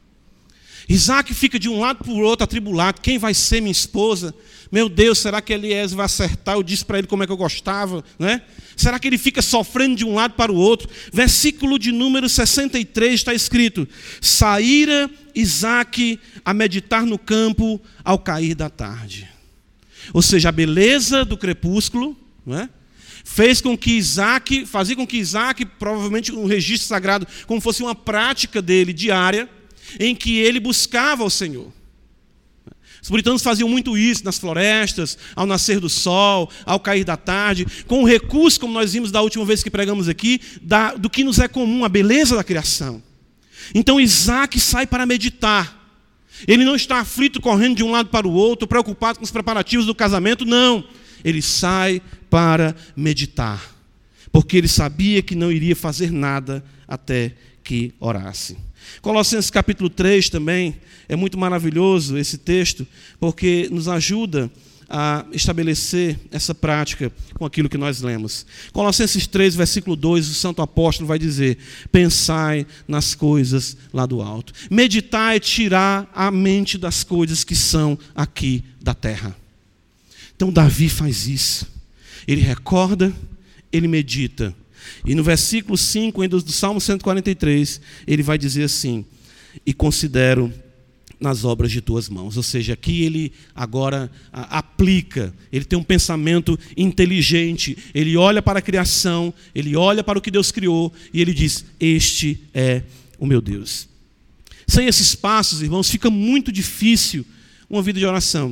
Isaac fica de um lado para o outro atribulado. Quem vai ser minha esposa? Meu Deus, será que Eliezer vai acertar? Eu disse para ele como é que eu gostava. Né? Será que ele fica sofrendo de um lado para o outro? Versículo de número sessenta e três está escrito, saíra Isaac a meditar no campo ao cair da tarde. Ou seja, a beleza do crepúsculo, né, fez com que Isaac, fazia com que Isaac, provavelmente um registro sagrado, como fosse uma prática dele diária, em que ele buscava o Senhor. Os puritanos faziam muito isso nas florestas, ao nascer do sol, ao cair da tarde, com o recurso, como nós vimos da última vez que pregamos aqui, da, do que nos é comum, a beleza da criação. Então Isaac sai para meditar. Ele não está aflito, correndo de um lado para o outro, preocupado com os preparativos do casamento, não. Ele sai para meditar, porque ele sabia que não iria fazer nada até que orasse. Colossenses capítulo três também, é muito maravilhoso esse texto, porque nos ajuda a estabelecer essa prática com aquilo que nós lemos. Colossenses três, versículo dois, o santo apóstolo vai dizer, pensai nas coisas lá do alto. Meditar é tirar a mente das coisas que são aqui da terra. Então Davi faz isso. Ele recorda, ele medita. E no versículo cinco, ainda do Salmo cento e quarenta e três, ele vai dizer assim, e considero nas obras de tuas mãos. Ou seja, aqui ele agora a, aplica, ele tem um pensamento inteligente, ele olha para a criação, ele olha para o que Deus criou, e ele diz, este é o meu Deus. Sem esses passos, irmãos, fica muito difícil uma vida de oração.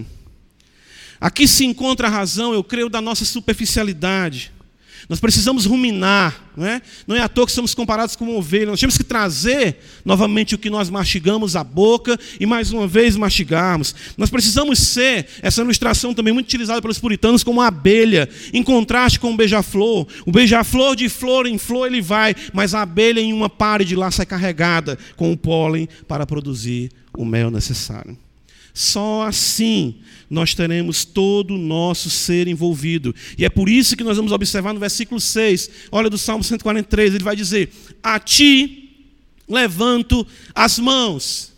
Aqui se encontra a razão, eu creio, da nossa superficialidade. Nós precisamos ruminar, não é? Não é à toa que somos comparados com uma ovelha. Nós temos que trazer novamente o que nós mastigamos à boca e mais uma vez mastigarmos. Nós precisamos ser, essa ilustração também muito utilizada pelos puritanos, como uma abelha, em contraste com o beija-flor. O beija-flor de flor em flor ele vai, mas a abelha em uma parede lá sai carregada com o pólen para produzir o mel necessário. Só assim nós teremos todo o nosso ser envolvido. E é por isso que nós vamos observar no versículo seis, olha do Salmo cento e quarenta e três, ele vai dizer, a ti levanto as mãos.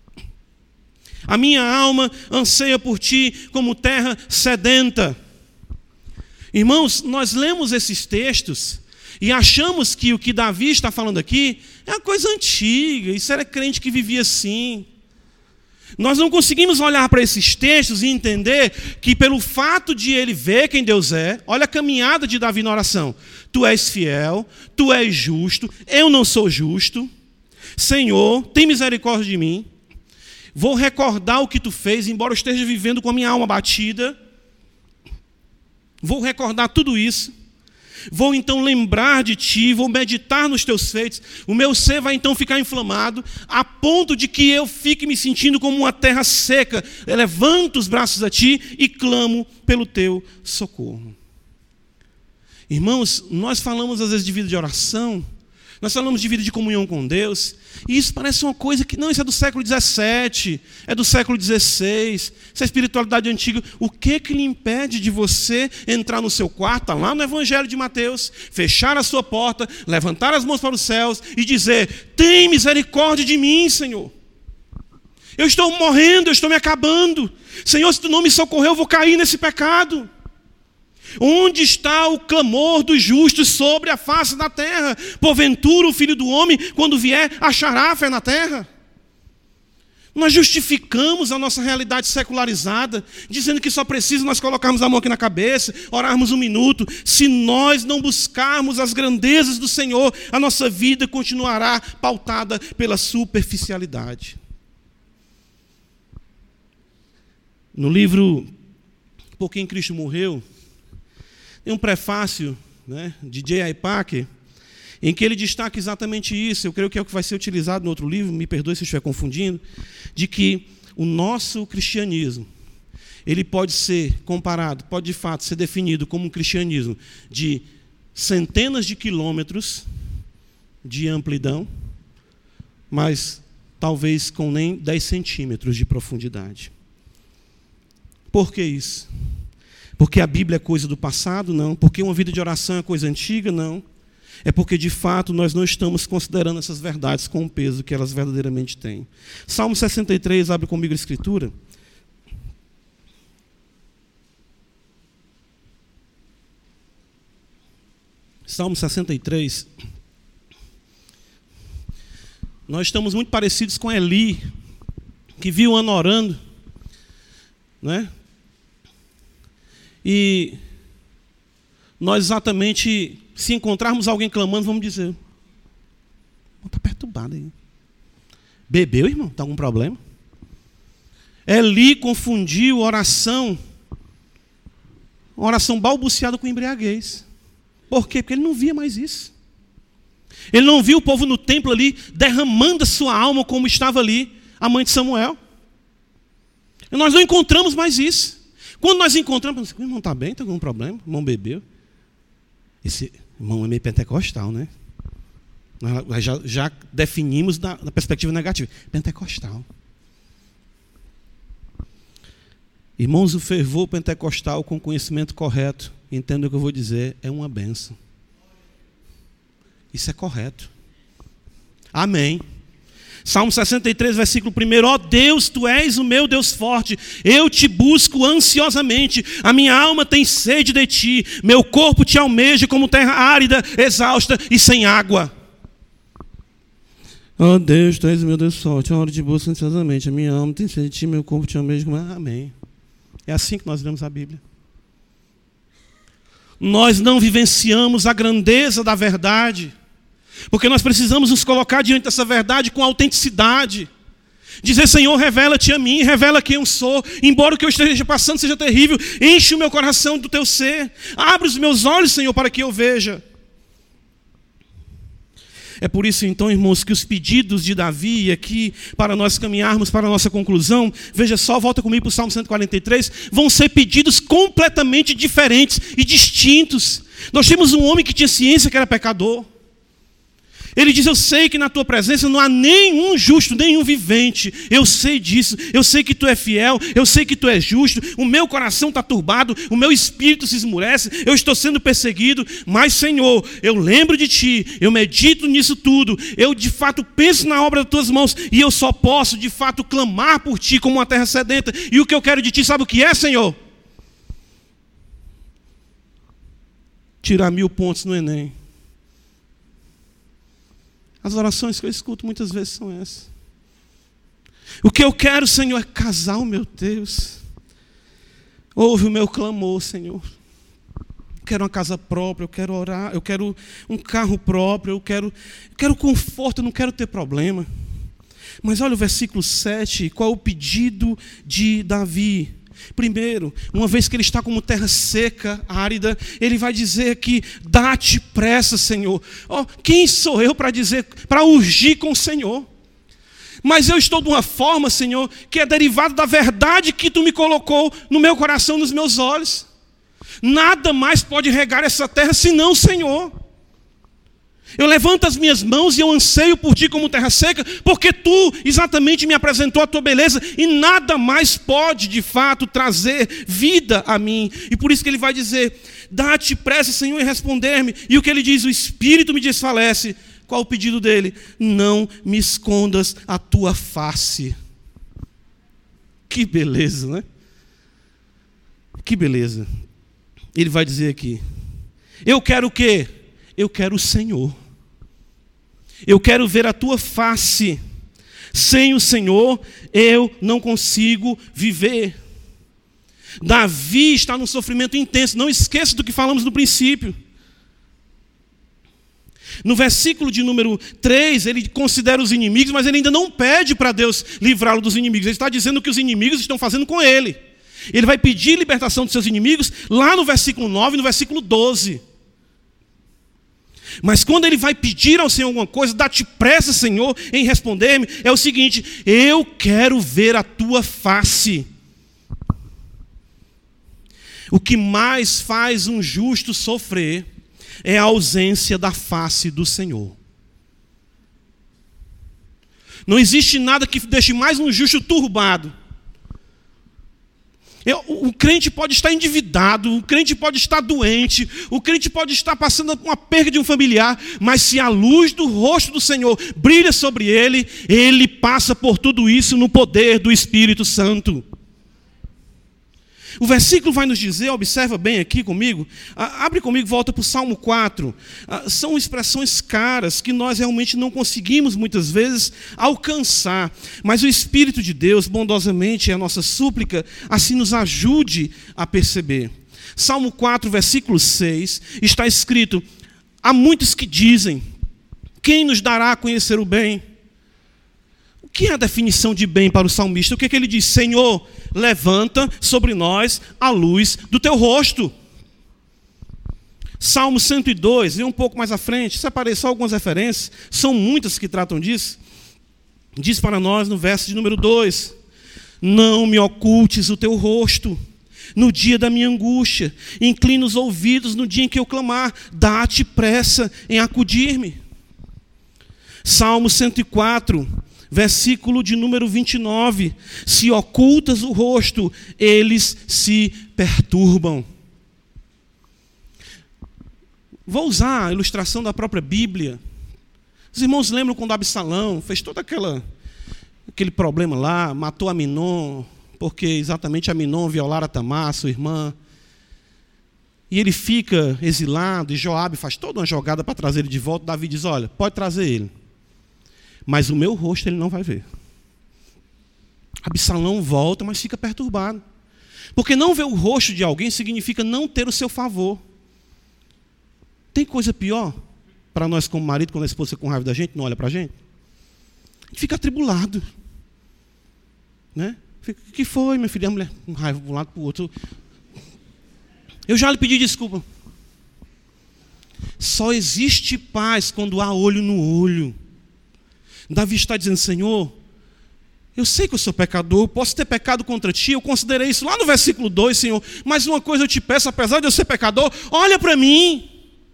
A minha alma anseia por ti como terra sedenta. Irmãos, nós lemos esses textos e achamos que o que Davi está falando aqui é uma coisa antiga, isso era crente que vivia assim. Nós não conseguimos olhar para esses textos e entender que pelo fato de ele ver quem Deus é, olha a caminhada de Davi na oração. Tu és fiel, tu és justo, eu não sou justo. Senhor, tem misericórdia de mim. Vou recordar o que tu fez, embora eu esteja vivendo com a minha alma batida. Vou recordar tudo isso. Vou então lembrar de ti, vou meditar nos teus feitos. O meu ser vai então ficar inflamado, a ponto de que eu fique me sentindo como uma terra seca. Eu levanto os braços a ti e clamo pelo teu socorro. Irmãos, nós falamos às vezes de vida de oração, nós falamos de vida de comunhão com Deus, e isso parece uma coisa que, não, isso é do século dezessete, é do século dezesseis, isso é espiritualidade antiga. O que que lhe impede de você entrar no seu quarto, tá lá no Evangelho de Mateus, fechar a sua porta, levantar as mãos para os céus e dizer: tem misericórdia de mim, Senhor. Eu estou morrendo, eu estou me acabando. Senhor, se tu não me socorrer, eu vou cair nesse pecado. Onde está o clamor dos justos sobre a face da terra? Porventura o Filho do Homem, quando vier, achará fé na terra? Nós justificamos a nossa realidade secularizada, dizendo que só precisa nós colocarmos a mão aqui na cabeça, orarmos um minuto. Se nós não buscarmos as grandezas do Senhor, a nossa vida continuará pautada pela superficialidade. No livro Por Quem Cristo Morreu, tem um prefácio, né, de J I Packer, em que ele destaca exatamente isso. Eu creio que é o que vai ser utilizado no outro livro, me perdoe se eu estiver confundindo, de que o nosso cristianismo, ele pode ser comparado, pode de fato ser definido como um cristianismo de centenas de quilômetros de amplidão, mas talvez com nem dez centímetros de profundidade. Por que isso? Porque a Bíblia é coisa do passado? Não. Porque uma vida de oração é coisa antiga? Não. É porque, de fato, nós não estamos considerando essas verdades com o peso que elas verdadeiramente têm. Salmo sessenta e três, abre comigo a Escritura. Salmo sessenta e três. Nós estamos muito parecidos com Eli, que viu Ana orando, né? E nós exatamente, se encontrarmos alguém clamando, vamos dizer: está perturbado aí. Bebeu, irmão? Está algum problema? Eli confundiu oração, oração balbuciada com embriaguez. Por quê? Porque ele não via mais isso. Ele não viu o povo no templo ali derramando a sua alma como estava ali a mãe de Samuel. E nós não encontramos mais isso. Quando nós encontramos, o irmão está bem, está com algum problema? O irmão bebeu. Esse irmão é meio pentecostal, né? Nós já, já definimos da, da perspectiva negativa. Pentecostal. Irmãos, o fervor pentecostal com conhecimento correto, entenda o que eu vou dizer, é uma bênção. Isso é correto. Amém. Salmo sessenta e três, versículo um. Ó Deus, Tu és o meu Deus forte, eu te busco ansiosamente, a minha alma tem sede de Ti, meu corpo Te almeja como terra árida, exausta e sem água. Ó Deus, Tu és o meu Deus forte, a hora de busca ansiosamente, a minha alma tem sede de Ti, meu corpo Te almeja como... Amém. É assim que nós lemos a Bíblia. Nós não vivenciamos a grandeza da verdade, porque nós precisamos nos colocar diante dessa verdade com autenticidade. Dizer: Senhor, revela-te a mim, revela quem eu sou. Embora o que eu esteja passando seja terrível, enche o meu coração do teu ser. Abre os meus olhos, Senhor, para que eu veja. É por isso, então, irmãos, que os pedidos de Davi, aqui, para nós caminharmos para a nossa conclusão, veja só, volta comigo para o Salmo cento e quarenta e três, vão ser pedidos completamente diferentes e distintos. Nós temos um homem que tinha ciência que era pecador. Ele diz: eu sei que na tua presença não há nenhum justo, nenhum vivente. Eu sei disso, eu sei que tu é fiel, eu sei que tu és justo. O meu coração está turbado, o meu espírito se esmurece, eu estou sendo perseguido. Mas, Senhor, eu lembro de ti, eu medito nisso tudo. Eu, de fato, penso na obra das tuas mãos. E eu só posso, de fato, clamar por ti como uma terra sedenta. E o que eu quero de ti, sabe o que é, Senhor? Tirar mil pontos no Enem. As orações que eu escuto muitas vezes são essas. O que eu quero, Senhor, é casar, oh, meu Deus. Ouve o meu clamor, Senhor. Eu quero uma casa própria, eu quero orar, eu quero um carro próprio, eu quero, eu quero conforto, eu não quero ter problema. Mas olha o versículo sete, qual é o pedido de Davi? Primeiro, uma vez que ele está como terra seca, árida, ele vai dizer que dá-te pressa, Senhor. Oh, quem sou eu para dizer, para urgir com o Senhor? Mas eu estou de uma forma, Senhor, que é derivada da verdade que Tu me colocou no meu coração, nos meus olhos. Nada mais pode regar essa terra senão o Senhor. Eu levanto as minhas mãos e eu anseio por Ti como terra seca, porque Tu exatamente me apresentou a Tua beleza e nada mais pode, de fato, trazer vida a mim. E por isso que ele vai dizer, dá-te pressa, Senhor, em responder-me. E o que ele diz, o Espírito me desfalece. Qual o pedido dele? Não me escondas a Tua face. Que beleza, né? Que beleza. Ele vai dizer aqui, eu quero o quê? Eu quero o Senhor. Eu quero ver a Tua face. Sem o Senhor, eu não consigo viver. Davi está num sofrimento intenso. Não esqueça do que falamos no princípio. No versículo de número três, ele considera os inimigos, mas ele ainda não pede para Deus livrá-lo dos inimigos. Ele está dizendo que os inimigos estão fazendo com ele. Ele vai pedir libertação dos seus inimigos lá no versículo nove e no versículo doze. Mas quando ele vai pedir ao Senhor alguma coisa, dá-te pressa, Senhor, em responder-me, é o seguinte, eu quero ver a Tua face. O que mais faz um justo sofrer é a ausência da face do Senhor. Não existe nada que deixe mais um justo turbado. Eu, o crente pode estar endividado, o crente pode estar doente, o crente pode estar passando uma perda de um familiar, mas se a luz do rosto do Senhor brilha sobre ele, ele passa por tudo isso no poder do Espírito Santo. O versículo vai nos dizer, observa bem aqui comigo, abre comigo, volta para o Salmo quatro. São expressões caras que nós realmente não conseguimos muitas vezes alcançar. Mas o Espírito de Deus, bondosamente, é a nossa súplica, assim nos ajude a perceber. Salmo quatro, versículo seis, está escrito, há muitos que dizem, quem nos dará a conhecer o bem? O que é a definição de bem para o salmista? O que é que ele diz? Senhor, levanta sobre nós a luz do Teu rosto. Salmo cento e dois, vem um pouco mais à frente, separei só algumas referências, são muitas que tratam disso. Diz para nós no verso de número dois, não me ocultes o Teu rosto no dia da minha angústia, inclina os ouvidos no dia em que eu clamar, dá-te pressa em acudir-me. Salmo cento e quatro, versículo de número vinte e nove. Se ocultas o rosto, eles se perturbam. Vou usar a ilustração da própria Bíblia. Os irmãos lembram quando Absalão fez todo aquela, aquele problema lá, matou Aminon, porque exatamente Aminon violara Tamar, sua irmã. E ele fica exilado, e Joabe faz toda uma jogada para trazer ele de volta. Davi diz, olha, pode trazer ele, mas o meu rosto ele não vai ver. Absalão volta, mas fica perturbado. Porque não ver o rosto de alguém significa não ter o seu favor. Tem coisa pior para nós como marido, quando a esposa fica com raiva da gente, não olha para a gente? A gente fica atribulado. Né? Fica, o que foi, minha filha? A mulher com raiva de um lado para o outro. Eu já lhe pedi desculpa. Só existe paz quando há olho no olho. Davi está dizendo, Senhor, eu sei que eu sou pecador, posso ter pecado contra Ti, eu considerei isso lá no versículo dois, Senhor, mas uma coisa eu te peço, apesar de eu ser pecador, olha para mim.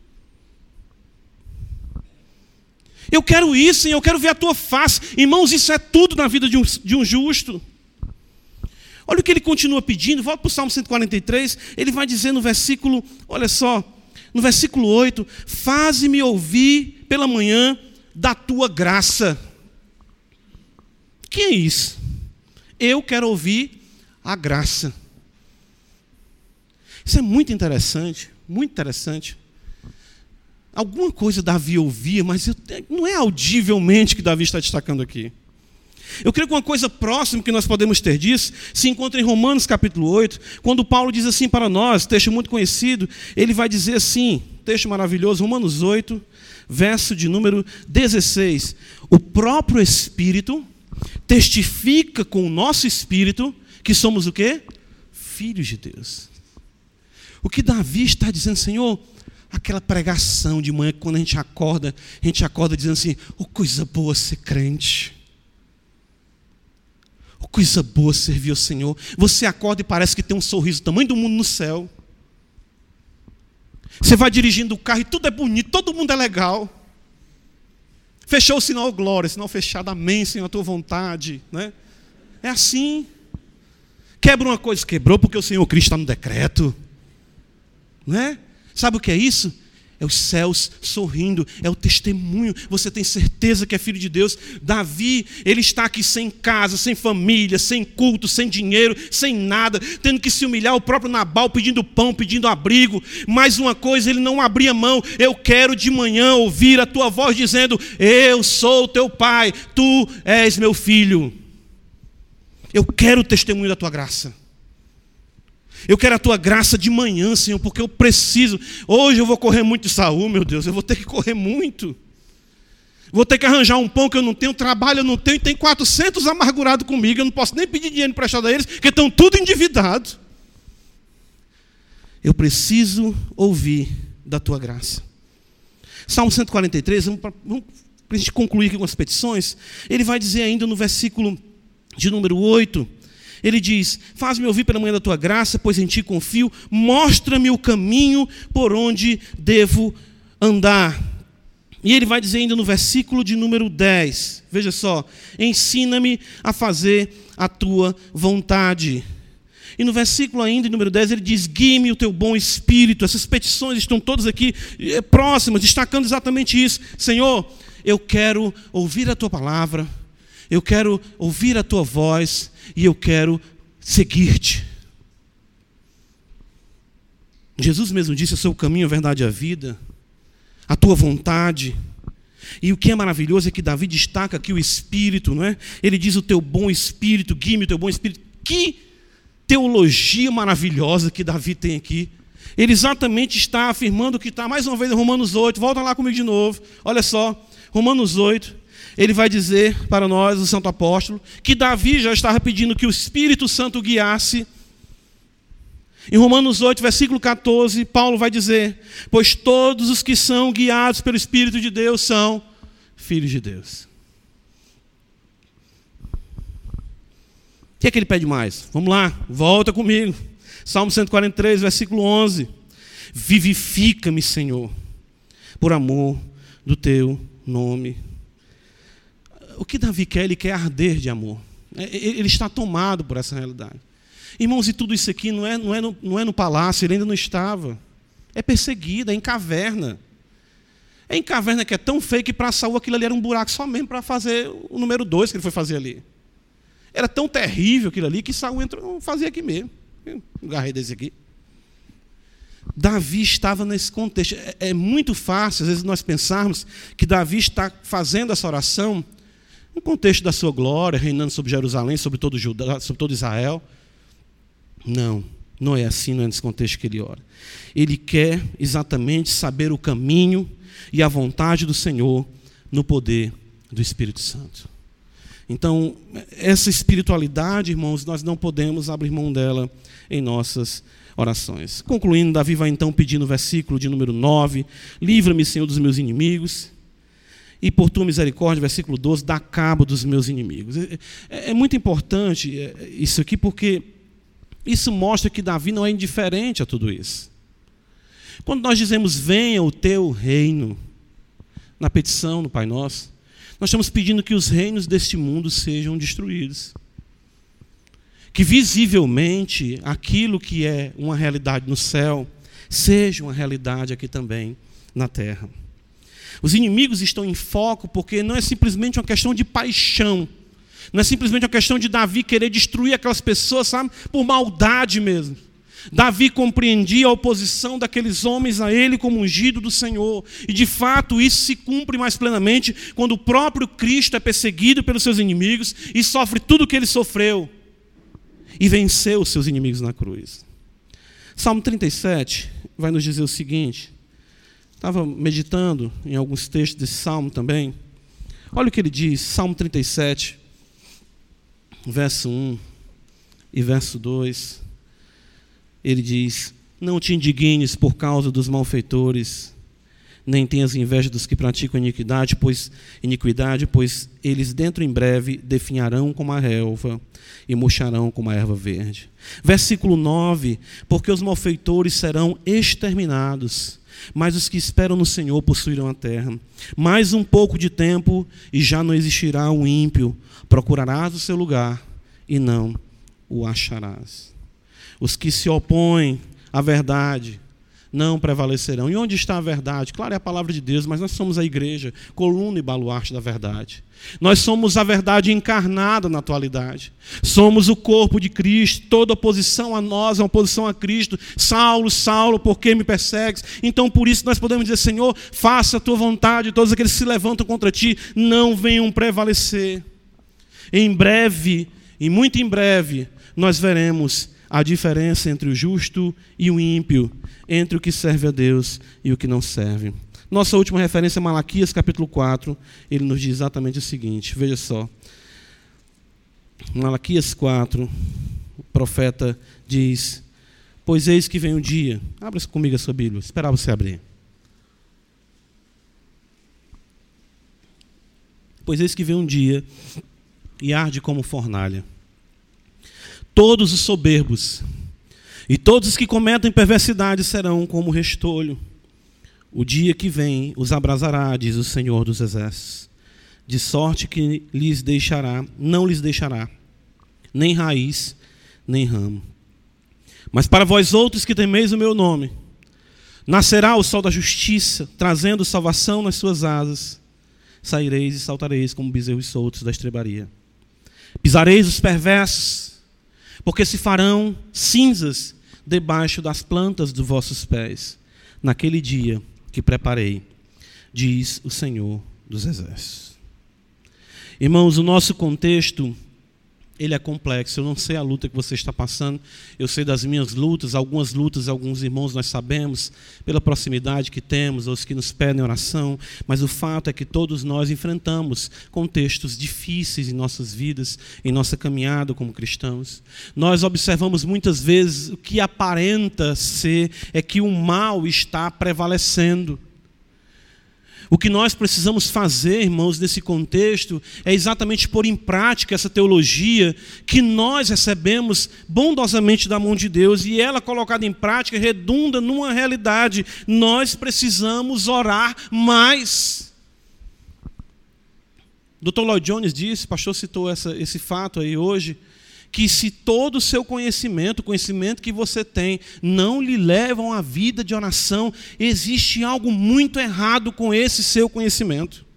Eu quero isso, Senhor, eu quero ver a Tua face. Irmãos, isso é tudo na vida de um, de um justo. Olha o que ele continua pedindo, volta para o Salmo cento e quarenta e três, ele vai dizer no versículo, olha só, no versículo oito, faze-me ouvir pela manhã da Tua graça. O que é isso? Eu quero ouvir a graça. Isso é muito interessante, muito interessante. Alguma coisa Davi ouvia, mas eu, não é audivelmente que Davi está destacando aqui. Eu creio que uma coisa próxima que nós podemos ter disso se encontra em Romanos capítulo oito, quando Paulo diz assim para nós, texto muito conhecido, ele vai dizer assim, texto maravilhoso, Romanos oito, verso de número dezesseis. O próprio Espírito testifica com o nosso Espírito que somos o quê? Filhos de Deus. O que Davi está dizendo, Senhor, aquela pregação de manhã, quando a gente acorda, a gente acorda dizendo assim, oh, coisa boa ser crente. Oh, coisa boa servir ao Senhor. Você acorda e parece que tem um sorriso do tamanho do mundo no céu. Você vai dirigindo o carro e tudo é bonito, todo mundo é legal. Fechou o sinal, glória, sinal fechado, amém, Senhor, a tua vontade. Né? É assim. Quebra uma coisa, quebrou porque o Senhor Cristo está no decreto. Não é? Sabe o que é isso? É os céus sorrindo, é o testemunho. Você tem certeza que é filho de Deus. Davi, ele está aqui sem casa, sem família, sem culto, sem dinheiro, sem nada, tendo que se humilhar, o próprio Nabal pedindo pão, pedindo abrigo. Mas uma coisa, ele não abria mão. Eu quero de manhã ouvir a tua voz dizendo, eu sou teu pai, tu és meu filho. Eu quero o testemunho da tua graça. Eu quero a tua graça de manhã, Senhor, porque eu preciso. Hoje eu vou correr muito de Saul, meu Deus, eu vou ter que correr muito. Vou ter que arranjar um pão que eu não tenho, trabalho eu não tenho, e tem quatrocentos amargurados comigo, eu não posso nem pedir dinheiro emprestado a eles, porque estão tudo endividados. Eu preciso ouvir da tua graça. Salmo cento e quarenta e três, vamos para a gente concluir aqui com as petições, ele vai dizer ainda no versículo de número oito, ele diz, faz-me ouvir pela manhã da tua graça, pois em ti confio, mostra-me o caminho por onde devo andar. E ele vai dizer ainda no versículo de número dez, veja só, ensina-me a fazer a tua vontade. E no versículo ainda, número dez, ele diz, guie-me o teu bom espírito. Essas petições estão todas aqui próximas, destacando exatamente isso. Senhor, eu quero ouvir a tua palavra, eu quero ouvir a tua voz e eu quero seguir-te. Jesus mesmo disse, eu sou o caminho, a verdade e a vida, a tua vontade. E o que é maravilhoso é que Davi destaca aqui o Espírito, não é? Ele diz o teu bom Espírito, guie-me o teu bom Espírito. Que teologia maravilhosa que Davi tem aqui. Ele exatamente está afirmando o que está, mais uma vez, em Romanos oito. Volta lá comigo de novo. Olha só, Romanos oito. Ele vai dizer para nós, o santo apóstolo, que Davi já estava pedindo que o Espírito Santo guiasse. Em Romanos oito, versículo catorze, Paulo vai dizer, pois todos os que são guiados pelo Espírito de Deus são filhos de Deus. O que é que ele pede mais? Vamos lá, volta comigo. Salmo cento e quarenta e três, versículo onze. Vivifica-me, Senhor, por amor do teu nome. O que Davi quer? Ele quer arder de amor. Ele está tomado por essa realidade. Irmãos, e tudo isso aqui não é, não é, no, não é no palácio, ele ainda não estava. É perseguido, é em caverna. É em caverna que é tão feio que para Saul aquilo ali era um buraco só mesmo para fazer o número dois que ele foi fazer ali. Era tão terrível aquilo ali que Saul entrou, fazia aqui mesmo. Um garrei desse aqui. Davi estava nesse contexto. É, é muito fácil, às vezes, nós pensarmos que Davi está fazendo essa oração no contexto da sua glória, reinando sobre Jerusalém, sobre todo Judá, sobre todo Israel. Não, não é assim, não é nesse contexto que ele ora. Ele quer exatamente saber o caminho e a vontade do Senhor no poder do Espírito Santo. Então, essa espiritualidade, irmãos, nós não podemos abrir mão dela em nossas orações. Concluindo, Davi vai então pedir no versículo de número nove, livra-me, Senhor, dos meus inimigos, e por tua misericórdia, versículo doze, dá cabo dos meus inimigos. É, é muito importante isso aqui, porque isso mostra que Davi não é indiferente a tudo isso. Quando nós dizemos, venha o teu reino, na petição do Pai Nosso, nós estamos pedindo que os reinos deste mundo sejam destruídos. Que visivelmente aquilo que é uma realidade no céu, seja uma realidade aqui também na terra. Os inimigos estão em foco porque não é simplesmente uma questão de paixão. Não é simplesmente uma questão de Davi querer destruir aquelas pessoas, sabe? Por maldade mesmo. Davi compreendia a oposição daqueles homens a ele como ungido do Senhor. E de fato isso se cumpre mais plenamente quando o próprio Cristo é perseguido pelos seus inimigos e sofre tudo o que ele sofreu e venceu os seus inimigos na cruz. Salmo trinta e sete vai nos dizer o seguinte. Estava meditando em alguns textos desse salmo também. Olha o que ele diz, Salmo trinta e sete, verso um e verso dois. Ele diz: não te indignes por causa dos malfeitores, nem tenhas inveja dos que praticam iniquidade, pois, iniquidade, pois eles dentro em breve definharão como a relva e murcharão como a erva verde. Versículo nove, porque os malfeitores serão exterminados, mas os que esperam no Senhor possuirão a terra. Mais um pouco de tempo e já não existirá o ímpio, procurarás o seu lugar e não o acharás. Os que se opõem à verdade não prevalecerão. E onde está a verdade? Claro, é a palavra de Deus, mas nós somos a igreja, coluna e baluarte da verdade. Nós somos a verdade encarnada na atualidade. Somos o corpo de Cristo. Toda oposição a nós é uma oposição a Cristo. Saulo, Saulo, por que me persegues? Então, por isso, nós podemos dizer: Senhor, faça a tua vontade. Todos aqueles que se levantam contra ti não venham prevalecer. Em breve, e muito em breve, nós veremos a diferença entre o justo e o ímpio, entre o que serve a Deus e o que não serve. Nossa última referência é Malaquias, capítulo quatro. Ele nos diz exatamente o seguinte, veja só. Malaquias quatro, o profeta diz: pois eis que vem um dia. Abra comigo a sua Bíblia, esperava você abrir. Pois eis que vem um dia e arde como fornalha. Todos os soberbos e todos os que cometem perversidade serão como restolho. O dia que vem os abrasará, diz o Senhor dos Exércitos, de sorte que lhes deixará, não lhes deixará, nem raiz, nem ramo. Mas para vós outros que temeis o meu nome, nascerá o sol da justiça, trazendo salvação nas suas asas. Saireis e saltareis como bezerros soltos da estrebaria. Pisareis os perversos, porque se farão cinzas debaixo das plantas dos vossos pés, naquele dia que preparei, diz o Senhor dos Exércitos. Irmãos, o nosso contexto, ele é complexo. Eu não sei a luta que você está passando, eu sei das minhas lutas, algumas lutas, alguns irmãos nós sabemos, pela proximidade que temos, os que nos pedem oração, mas o fato é que todos nós enfrentamos contextos difíceis em nossas vidas, em nossa caminhada como cristãos. Nós observamos muitas vezes o que aparenta ser é que o mal está prevalecendo. O que nós precisamos fazer, irmãos, nesse contexto, é exatamente pôr em prática essa teologia que nós recebemos bondosamente da mão de Deus, e ela colocada em prática redunda numa realidade. Nós precisamos orar mais. doutor Lloyd Jones disse, o pastor citou essa, esse fato aí hoje, que se todo o seu conhecimento, o conhecimento que você tem, não lhe levam à vida de oração, existe algo muito errado com esse seu conhecimento.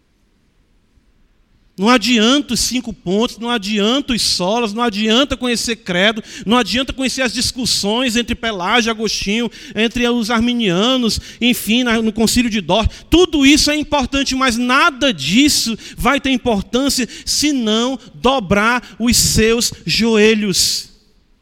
Não adianta os cinco pontos, não adianta os solas, não adianta conhecer credo, não adianta conhecer as discussões entre Pelágio e Agostinho, entre os arminianos, enfim, no concílio de Dort. Tudo isso é importante, mas nada disso vai ter importância se não dobrar os seus joelhos.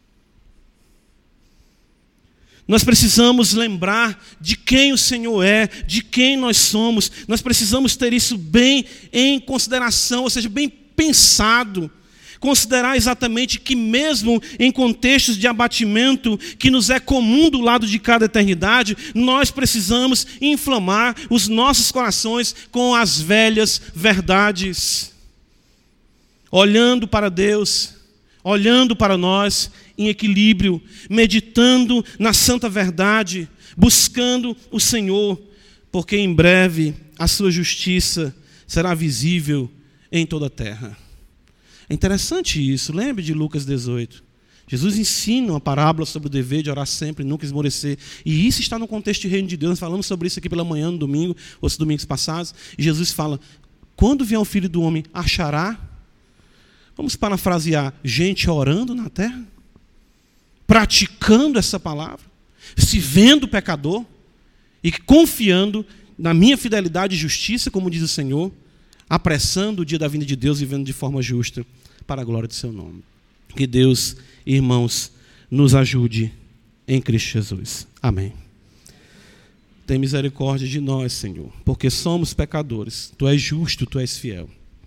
Nós precisamos lembrar de quem o Senhor é, de quem nós somos. Nós precisamos ter isso bem em consideração, ou seja, bem pensado. Considerar exatamente que mesmo em contextos de abatimento que nos é comum do lado de cada eternidade, nós precisamos inflamar os nossos corações com as velhas verdades. Olhando para Deus, olhando para nós em equilíbrio, meditando na santa verdade, buscando o Senhor, porque em breve a sua justiça será visível em toda a terra. É interessante isso, lembre de Lucas dezoito. Jesus ensina uma parábola sobre o dever de orar sempre e nunca esmorecer. E isso está no contexto de reino de Deus. Nós falamos sobre isso aqui pela manhã, no domingo, outros domingos passados. E Jesus fala, quando vier o Filho do Homem, achará, vamos parafrasear, gente orando na terra? praticando essa palavra, se vendo pecador e confiando na minha fidelidade e justiça, como diz o Senhor, apressando o dia da vinda de Deus, vivendo de forma justa para a glória do seu nome. Que Deus, irmãos, nos ajude em Cristo Jesus. Amém. Tem misericórdia de nós, Senhor, porque somos pecadores. Tu és justo, Tu és fiel.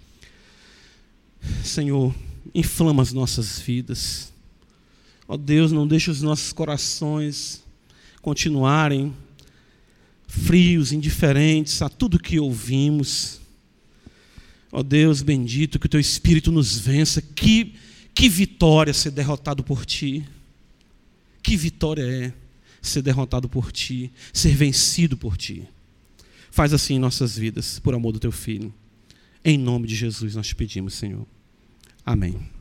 Senhor, inflama as nossas vidas. Ó Deus, não deixe os nossos corações continuarem frios, indiferentes a tudo que ouvimos. Ó Deus bendito, que o Teu Espírito nos vença. Que, que vitória ser derrotado por Ti. Que vitória é ser derrotado por Ti, ser vencido por Ti. Faz assim em nossas vidas, por amor do Teu Filho. Em nome de Jesus nós te pedimos, Senhor. Amém.